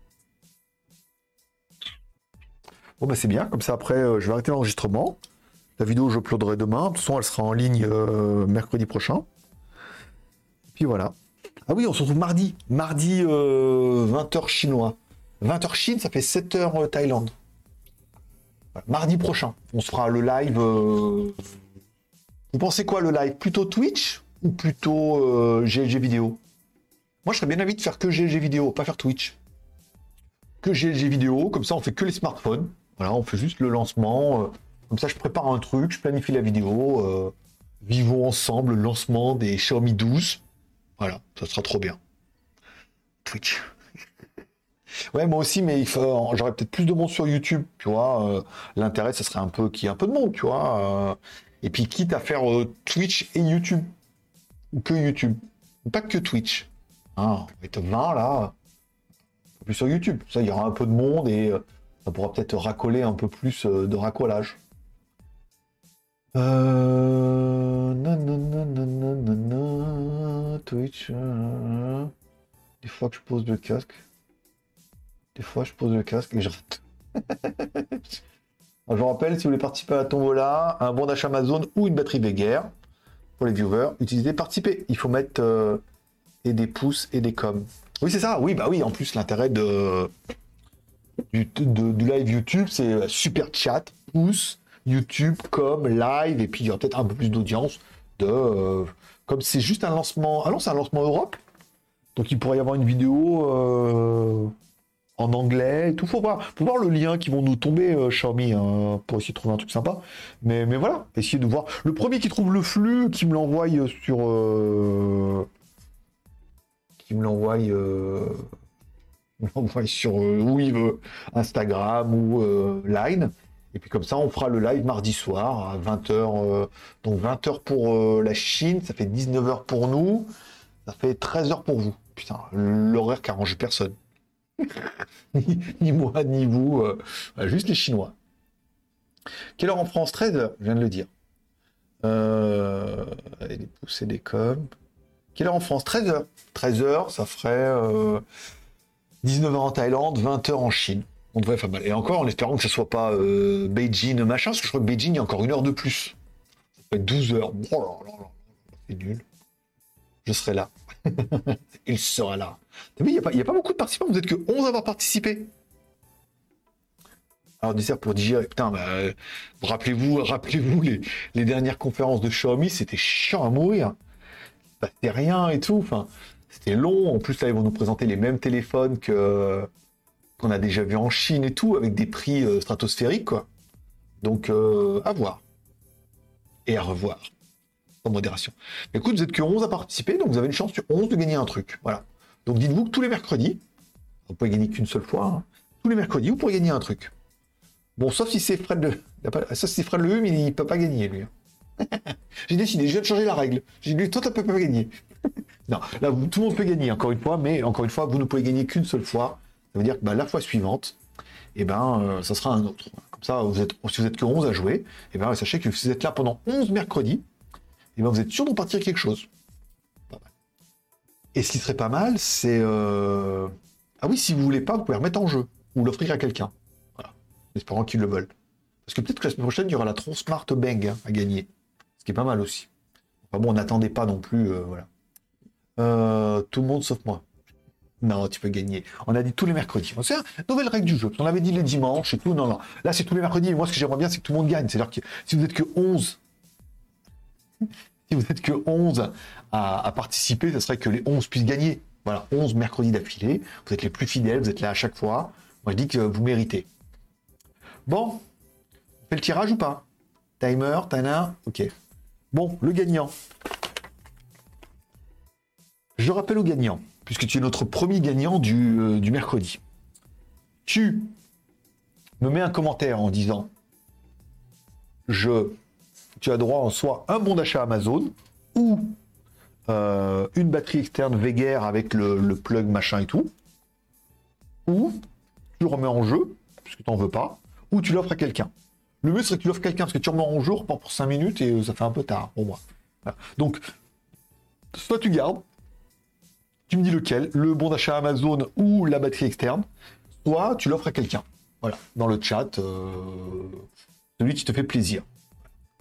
Bon, bah c'est bien, comme ça après, euh, je vais arrêter l'enregistrement. La vidéo, je uploaderai demain. De toute façon, elle sera en ligne euh, mercredi prochain. Puis voilà. Ah oui, on se retrouve mardi. Mardi, euh, vingt heures chinois. vingt heures Chine, ça fait sept heures euh, Thaïlande. Voilà. Mardi prochain, on se fera le live. Euh... Vous pensez quoi, le live? Plutôt Twitch ou plutôt euh, G L G vidéo? Moi, je serais bien envie de faire que G L G vidéo, pas faire Twitch. Que G L G vidéo, comme ça, on fait que les smartphones. Voilà, on fait juste le lancement. Euh... Comme ça, je prépare un truc, je planifie la vidéo. Euh... Vivons ensemble le lancement des Xiaomi douze. Voilà, ça sera trop bien. Twitch. Ouais, moi aussi, mais il faut... j'aurais peut-être plus de monde sur YouTube, tu vois. Euh, l'intérêt, ça serait un peu qu'il y ait un peu de monde, tu vois. Euh, et puis, quitte à faire euh, Twitch et YouTube. Ou que YouTube. Pas que Twitch. Hein, on va être vingt, là. Plus sur YouTube. Ça, il y aura un peu de monde et euh, ça pourra peut-être racoler un peu plus euh, de racolage. Euh... Nanana, Twitch. Euh... Des fois que je pose le casque. Des fois, je pose le casque et je rate. Alors, je vous rappelle, si vous voulez participer à la tombola, un bon d'achat Amazon ou une batterie Veguer, pour les viewers, utilisez participer. Il faut mettre euh, et des pouces et des coms. Oui, c'est ça. Oui, bah oui. En plus, l'intérêt de, du, de, du live YouTube, c'est super chat, pouces, YouTube, com, live, et puis il y aura peut-être un peu plus d'audience. De, euh, comme c'est juste un lancement. Ah non, c'est un lancement Europe. Donc il pourrait y avoir une vidéo. Euh... en anglais et tout. Faut voir, faut voir le lien qui vont nous tomber, euh, Xiaomi, hein, pour essayer de trouver un truc sympa. Mais, mais voilà, essayer de voir. Le premier qui trouve le flux, qui me l'envoie sur... Euh... qui me l'envoie... Euh... l'envoie sur euh, oui, euh, Instagram ou euh, Line. Et puis comme ça, on fera le live mardi soir à vingt heures. Euh... Donc vingt heures pour euh, la Chine, ça fait dix-neuf heures pour nous. Ça fait treize heures pour vous. Putain, l'horaire qui arrange personne. ni, ni moi, ni vous, euh, juste les Chinois. Quelle heure en France? treize heures, je viens de le dire. Euh, et des pouces et des coms. Quelle heure en France? treize heures. treize heures, ça ferait euh, dix-neuf heures en Thaïlande, vingt heures en Chine. On devrait faire mal. Et encore, en espérant que ce soit pas euh, Beijing machin, parce que je crois que Beijing, il y a encore une heure de plus. Ça peut être douze heures. Oh là là là, c'est nul. Je serai là. Il sera là. Il n'y a, a pas beaucoup de participants, vous êtes que onze à avoir participé. Alors, dessert pour digérer. Putain, bah, euh, rappelez-vous rappelez-vous les, les dernières conférences de Xiaomi, c'était chiant à mourir. Bah, c'était rien et tout. Enfin, c'était long. En plus, là, ils vont nous présenter les mêmes téléphones que qu'on a déjà vu en Chine et tout, avec des prix euh, stratosphériques, quoi. Donc, euh, à voir. Et à revoir. En modération. Mais écoute, vous êtes que onze à participer, donc vous avez une chance sur onze de gagner un truc. Voilà. Donc dites-vous que tous les mercredis, vous pouvez gagner qu'une seule fois, hein, tous les mercredis, vous pourrez gagner un truc. Bon, sauf si c'est Fred le... Ça, c'est Fred le E, mais il ne peut pas gagner, lui. J'ai décidé, je viens de changer la règle. J'ai dit, toi, tu ne peux pas gagner. Non, là, vous, tout le monde peut gagner, encore une fois, mais encore une fois, vous ne pouvez gagner qu'une seule fois. Ça veut dire que bah, la fois suivante, eh ben, euh, ça sera un autre. Comme ça, vous êtes, si vous êtes que onze à jouer, eh ben, sachez que si vous êtes là pendant onze mercredis, et ben vous êtes sûr de partir quelque chose. Et ce qui serait pas mal, c'est... Euh... Ah oui, si vous voulez pas, vous pouvez remettre en jeu. Ou l'offrir à quelqu'un. Voilà. En espérant qu'ils le veulent. Parce que peut-être que la semaine prochaine, il y aura la Transmart Bang hein, à gagner. Ce qui est pas mal aussi. Enfin bon, on n'attendait pas non plus... Euh, voilà. Euh, tout le monde sauf moi. Non, tu peux gagner. On a dit tous les mercredis. C'est une nouvelle règle du jeu. On avait dit les dimanches et tout. Non, non. Là, c'est tous les mercredis. Et moi, ce que j'aimerais bien, c'est que tout le monde gagne. C'est-à-dire que si vous êtes que onze... Si vous êtes que onze à, à participer, ce serait que les onze puissent gagner. Voilà, onze mercredis d'affilée. Vous êtes les plus fidèles, vous êtes là à chaque fois. Moi, je dis que vous méritez. Bon, on fait le tirage ou pas? Timer, Tana, ok. Bon, le gagnant. Je rappelle au gagnant, puisque tu es notre premier gagnant du, euh, du mercredi. Tu me mets un commentaire en disant je... Tu as droit en soit un bon d'achat Amazon ou euh, une batterie externe Veguer avec le, le plug machin et tout. Ou tu le remets en jeu, puisque tu n'en veux pas, ou tu l'offres à quelqu'un. Le mieux serait que tu l'offres à quelqu'un, parce que tu remets en jeu, pas pour cinq minutes et ça fait un peu tard pour moi. Voilà. Donc, soit tu gardes, tu me dis lequel, le bon d'achat Amazon ou la batterie externe, soit tu l'offres à quelqu'un. Voilà, dans le chat, euh, celui qui te fait plaisir.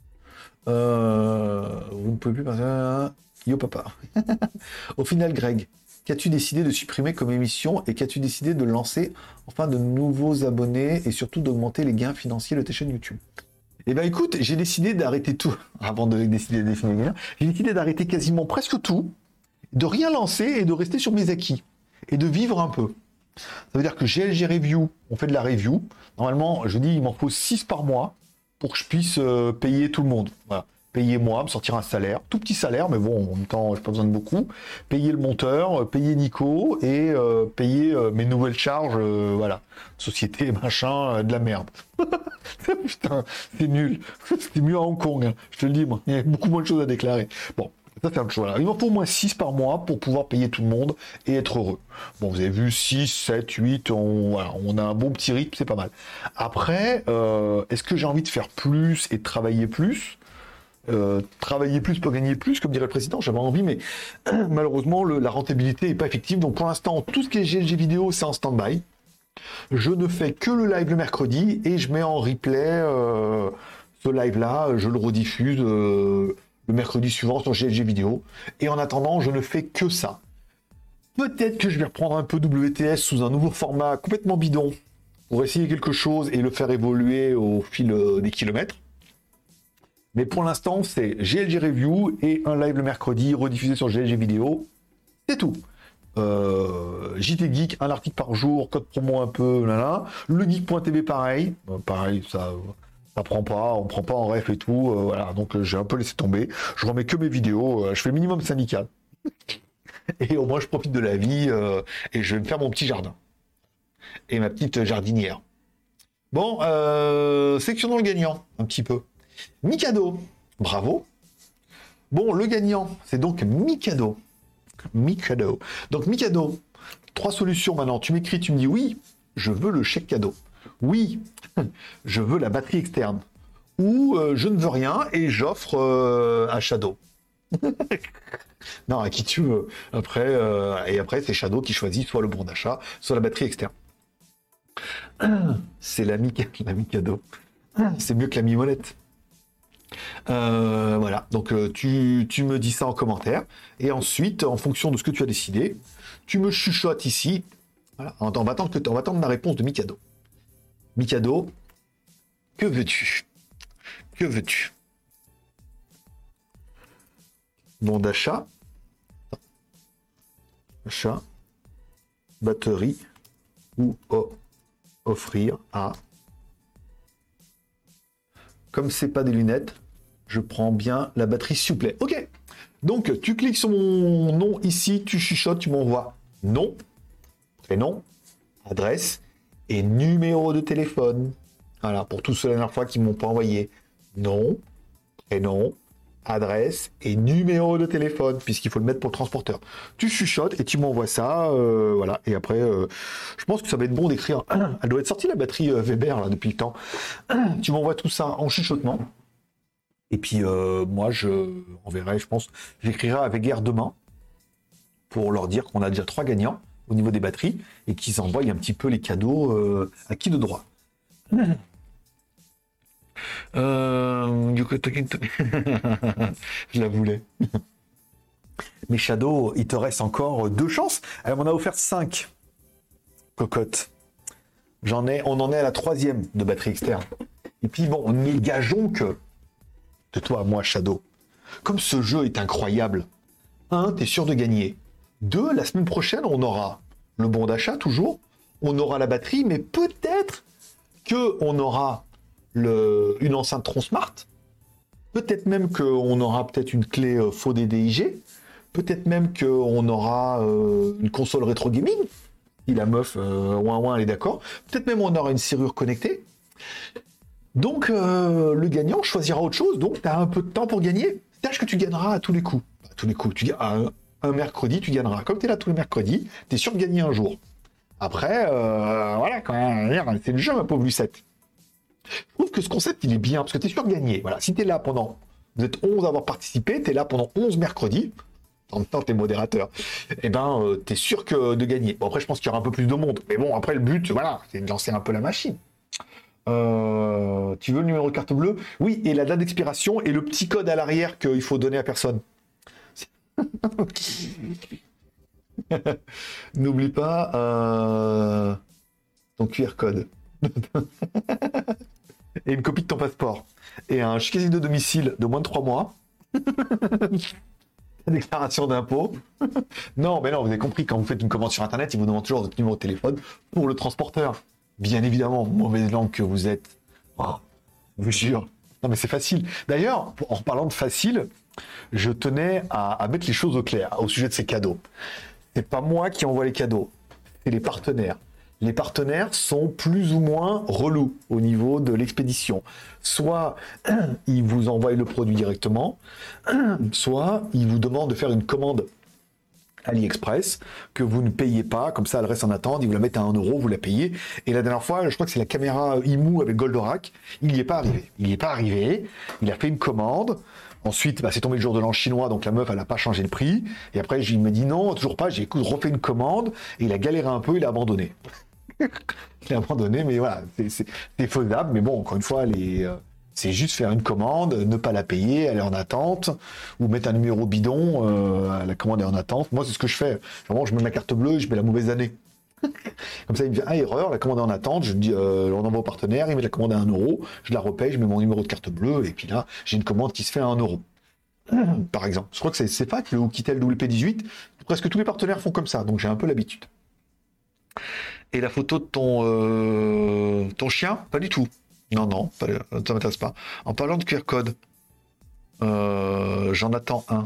Euh, vous ne pouvez plus passer... Yo papa. Au final, Greg, qu'as-tu décidé de supprimer comme émission et qu'as-tu décidé de lancer enfin de nouveaux abonnés et surtout d'augmenter les gains financiers de tes chaînes YouTube? Eh ben écoute, j'ai décidé d'arrêter tout, avant de décider de définir les gains, j'ai décidé d'arrêter quasiment presque tout, de rien lancer et de rester sur mes acquis et de vivre un peu. Ça veut dire que G L G Review, on fait de la review. Normalement, je dis il m'en faut six par mois pour que je puisse euh, payer tout le monde. Voilà. Payer moi, me sortir un salaire, tout petit salaire, mais bon, en même temps, j'ai pas besoin de beaucoup. Payer le monteur, euh, payer Nico et euh, payer euh, mes nouvelles charges, euh, voilà. Société, machin, euh, de la merde. Putain, c'est nul. C'était mieux à Hong Kong, hein. Je te le dis, moi. Il y a beaucoup moins de choses à déclarer. Bon. Ça fait un chose. Voilà. Il m'en faut au moins six par mois pour pouvoir payer tout le monde et être heureux. Bon, vous avez vu, six, sept, huit, on, voilà, on a un bon petit rythme, c'est pas mal. Après, euh, est-ce que j'ai envie de faire plus et de travailler plus euh, Travailler plus pour gagner plus, comme dirait le président, j'avais envie, mais malheureusement, le, la rentabilité n'est pas effective. Donc pour l'instant, tout ce qui est G L G vidéo, c'est en stand-by. Je ne fais que le live le mercredi et je mets en replay euh, ce live-là, je le rediffuse... Euh, le mercredi suivant sur G L G vidéo. Et en attendant, je ne fais que ça. Peut-être que je vais reprendre un peu W T S sous un nouveau format complètement bidon pour essayer quelque chose et le faire évoluer au fil euh, des kilomètres. Mais pour l'instant, c'est G L G Review et un live le mercredi rediffusé sur G L G vidéo. C'est tout. Euh, J T Geek, un article par jour, code promo un peu, là, là. Le geek point t v pareil. Euh, pareil, ça... Ça prend pas, on prend pas en ref et tout, euh, voilà, donc euh, j'ai un peu laissé tomber. Je remets que mes vidéos, euh, je fais minimum syndical. Et au moins je profite de la vie euh, et je vais me faire mon petit jardin. Et ma petite jardinière. Bon, euh, section dans le gagnant, un petit peu. Mikado, bravo. Bon, le gagnant, c'est donc Mikado. Mikado. Donc Mikado, trois solutions maintenant. Tu m'écris, tu me dis oui, je veux le chèque cadeau. Oui, je veux la batterie externe. Ou euh, je ne veux rien et j'offre euh, à Shadow. Non, à qui tu veux. Après, euh, et après, c'est Shadow qui choisit soit le bon d'achat, soit la batterie externe. C'est la Mikado. C'est mieux que la Mimolette. Euh, voilà, donc euh, tu, tu me dis ça en commentaire. Et ensuite, en fonction de ce que tu as décidé, tu me chuchotes ici. Voilà, on va attendre, que, on va attendre la réponse de Mikado. Mikado, que veux-tu? Que veux-tu? Bon d'achat. Achat. Batterie. Ou oh, offrir à... Comme c'est pas des lunettes, je prends bien la batterie s'il vous plaît. Ok. Donc tu cliques sur mon nom ici, tu chuchotes, tu m'envoies nom, prénom, adresse et numéro de téléphone. Voilà, pour tous ceux la dernière fois qui ne m'ont pas envoyé. Nom, prénom, adresse et numéro de téléphone, puisqu'il faut le mettre pour le transporteur. Tu chuchotes et tu m'envoies ça. Euh, voilà. Et après, euh, je pense que ça va être bon d'écrire. Elle doit être sortie la batterie euh, Weber là, depuis le temps. Tu m'envoies tout ça en chuchotement. Et puis euh, moi, je enverrai, je pense, j'écrirai à Weber demain pour leur dire qu'on a déjà trois gagnants au niveau des batteries et qu'ils envoient un petit peu les cadeaux euh, à qui de droit. Euh... Je la voulais. Mais Shadow, il te reste encore deux chances. Elle m'en a offert cinq. Cocotte. J'en ai, on en est à la troisième de batterie externe. Et puis bon, on est gageons que de toi à moi, Shadow. Comme ce jeu est incroyable. Un, t'es sûr de gagner. Deux, la semaine prochaine, on aura le bon d'achat toujours. On aura la batterie, mais peut-être que on aura le, une enceinte Tron Smart. Peut-être même qu'on aura peut-être une clé euh, faux D D I G. Peut-être même qu'on aura euh, une console rétro gaming. Si la meuf, euh, ouin ouin, elle est d'accord. Peut-être même on aura une serrure connectée. Donc, euh, le gagnant choisira autre chose. Donc, tu as un peu de temps pour gagner. Sache que tu gagneras à tous les coups. À tous les coups. Tu, à un, un mercredi, tu gagneras. Comme tu es là tous les mercredis, tu es sûr de gagner un jour. Après, euh, voilà, quand même, c'est le jeu, ma pauvre Lucette. Je trouve que ce concept, il est bien, parce que tu es sûr de gagner. Voilà, si tu es là pendant... Vous êtes onze à avoir participé, tu es là pendant onze mercredis. En même temps, tu es modérateur. Eh ben, euh, tu es sûr que de gagner. Bon, après, je pense qu'il y aura un peu plus de monde. Mais bon, après, le but, voilà, c'est de lancer un peu la machine. Euh, tu veux le numéro de carte bleue? Oui, et la date d'expiration et le petit code à l'arrière qu'il faut donner à personne. N'oublie pas euh, ton Q R code. Et une copie de ton passeport. Et un casier de domicile de moins de trois mois. Déclaration d'impôt. Non, mais non, vous avez compris, quand vous faites une commande sur Internet, ils vous demandent toujours votre numéro de téléphone pour le transporteur. Bien évidemment, mauvaise langue que vous êtes. Oh, je vous jure. Non, mais c'est facile. D'ailleurs, en parlant de facile, je tenais à, à mettre les choses au clair au sujet de ces cadeaux. C'est pas moi qui envoie les cadeaux, c'est les partenaires. Les partenaires sont plus ou moins relous au niveau de l'expédition. Soit ils vous envoient le produit directement, soit ils vous demandent de faire une commande AliExpress que vous ne payez pas, comme ça elle reste en attente, ils vous la mettent à un euro, vous la payez. Et la dernière fois, je crois que c'est la caméra I M U avec Goldorak, il n'y est pas arrivé. Il n'y est pas arrivé, il a fait une commande. Ensuite, bah, c'est tombé le jour de l'an chinois, donc la meuf, elle n'a pas changé le prix. Et après, il me dit non, toujours pas. J'ai écoute, refait une commande, et il a galéré un peu, il a abandonné. Il a abandonné, mais voilà, c'est, c'est, c'est faisable. Mais bon, encore une fois, les, euh, c'est juste faire une commande, ne pas la payer, aller en attente, ou mettre un numéro bidon, euh, la commande est en attente. Moi, c'est ce que je fais. Vraiment, je mets ma carte bleue, je mets la mauvaise année. Comme ça, il me dit, ah, erreur, la commande est en attente, je dis, euh, on envoie au partenaire, il met la commande à un euro, je la repaye, je mets mon numéro de carte bleue, et puis là, j'ai une commande qui se fait à un euro. Par exemple. Je crois que c'est, c'est pas que le Oukitel W P dix-huit, presque tous les partenaires font comme ça, donc j'ai un peu l'habitude. Et la photo de ton, euh, ton chien? Pas du tout. Non, non, pas, ça m'intéresse pas. En parlant de Q R code, euh, j'en attends un.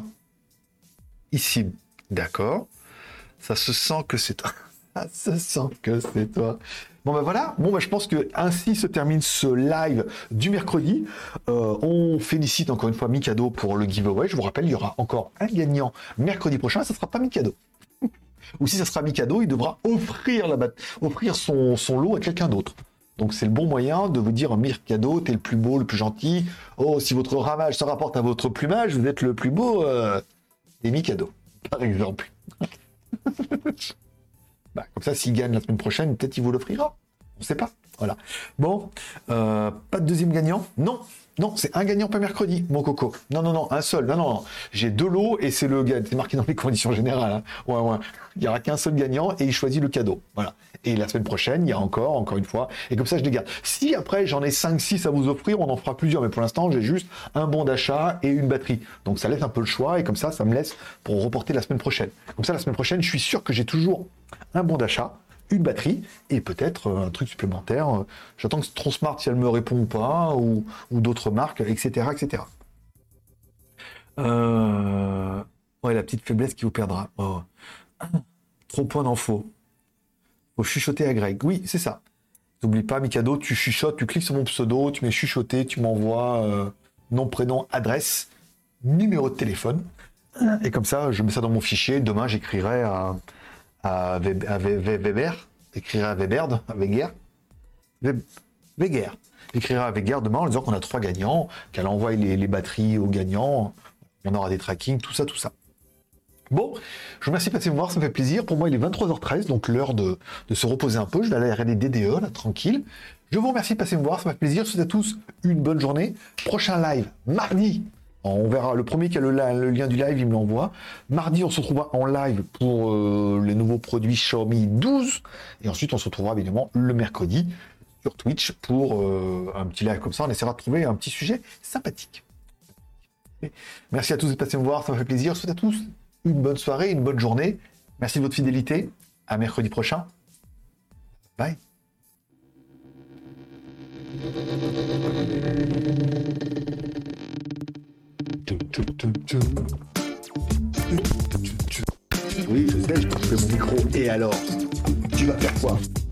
Ici. D'accord. Ça se sent que c'est toi. Ça se sent que c'est toi. Bon ben voilà, bon ben je pense que ainsi se termine ce live du mercredi. Euh, on félicite encore une fois Mikado pour le giveaway. Je vous rappelle, il y aura encore un gagnant mercredi prochain. Ça sera pas Mikado. Ou si ça sera Mikado, il devra offrir la bat- offrir son, son lot à quelqu'un d'autre. Donc c'est le bon moyen de vous dire Mikado, t'es le plus beau, le plus gentil. Oh, si votre ramage se rapporte à votre plumage, vous êtes le plus beau euh, des Mikado, par exemple. Bah, comme ça, s'il gagne la semaine prochaine, peut-être il vous l'offrira. On ne sait pas. Voilà. Bon, euh, pas de deuxième gagnant? Non. Non, c'est un gagnant par mercredi, mon coco. Non, non, non, un seul. Non, non, non. J'ai deux lots et c'est le gars. C'est marqué dans les conditions générales. Hein. Ouais, ouais. Il n'y aura qu'un seul gagnant et il choisit le cadeau. Voilà. Et la semaine prochaine, il y a encore, encore une fois. Et comme ça, je les garde. Si après, j'en ai cinq six à vous offrir, on en fera plusieurs. Mais pour l'instant, j'ai juste un bon d'achat et une batterie. Donc ça laisse un peu le choix et comme ça, ça me laisse pour reporter la semaine prochaine. Comme ça, la semaine prochaine, je suis sûr que j'ai toujours un bon d'achat, une batterie et peut-être un truc supplémentaire. J'attends que Tronsmart, si elle me répond ou pas, ou, ou d'autres marques, et cetera, et cetera. Euh... Ouais, la petite faiblesse qui vous perdra. Oh. Trop point d'infos. Faut chuchoter à Greg. Oui, c'est ça. N'oublie pas, Mikado, tu chuchotes, tu cliques sur mon pseudo, tu mets chuchoter, tu m'envoies euh, nom, prénom, adresse, numéro de téléphone. Et comme ça, je mets ça dans mon fichier. Demain, j'écrirai à... à Weber, écrira à Weber, à Weger, Weger, écrira à Weger demain en disant qu'on a trois gagnants, qu'elle envoie les, les batteries aux gagnants, il y en aura des trackings, tout ça, tout ça. Bon, je vous remercie de passer me voir, ça me fait plaisir. Pour moi, il est vingt-trois heures treize, donc l'heure de, de se reposer un peu. Je vais aller regarder D D E, là, tranquille. Je vous remercie de passer me voir, ça me fait plaisir. Je vous souhaite à tous une bonne journée. Prochain live, mardi. On verra, le premier qui a le, le lien du live, il me l'envoie. Mardi, on se retrouvera en live pour euh, les nouveaux produits Xiaomi douze. Et ensuite, on se retrouvera évidemment le mercredi sur Twitch pour euh, un petit live comme ça. On essaiera de trouver un petit sujet sympathique. Et merci à tous de passer me voir, ça m'a fait plaisir. Je souhaite à tous une bonne soirée, une bonne journée. Merci de votre fidélité. À mercredi prochain. Bye. Oui, je sais, je peux couper mon micro. Et alors, tu vas faire quoi?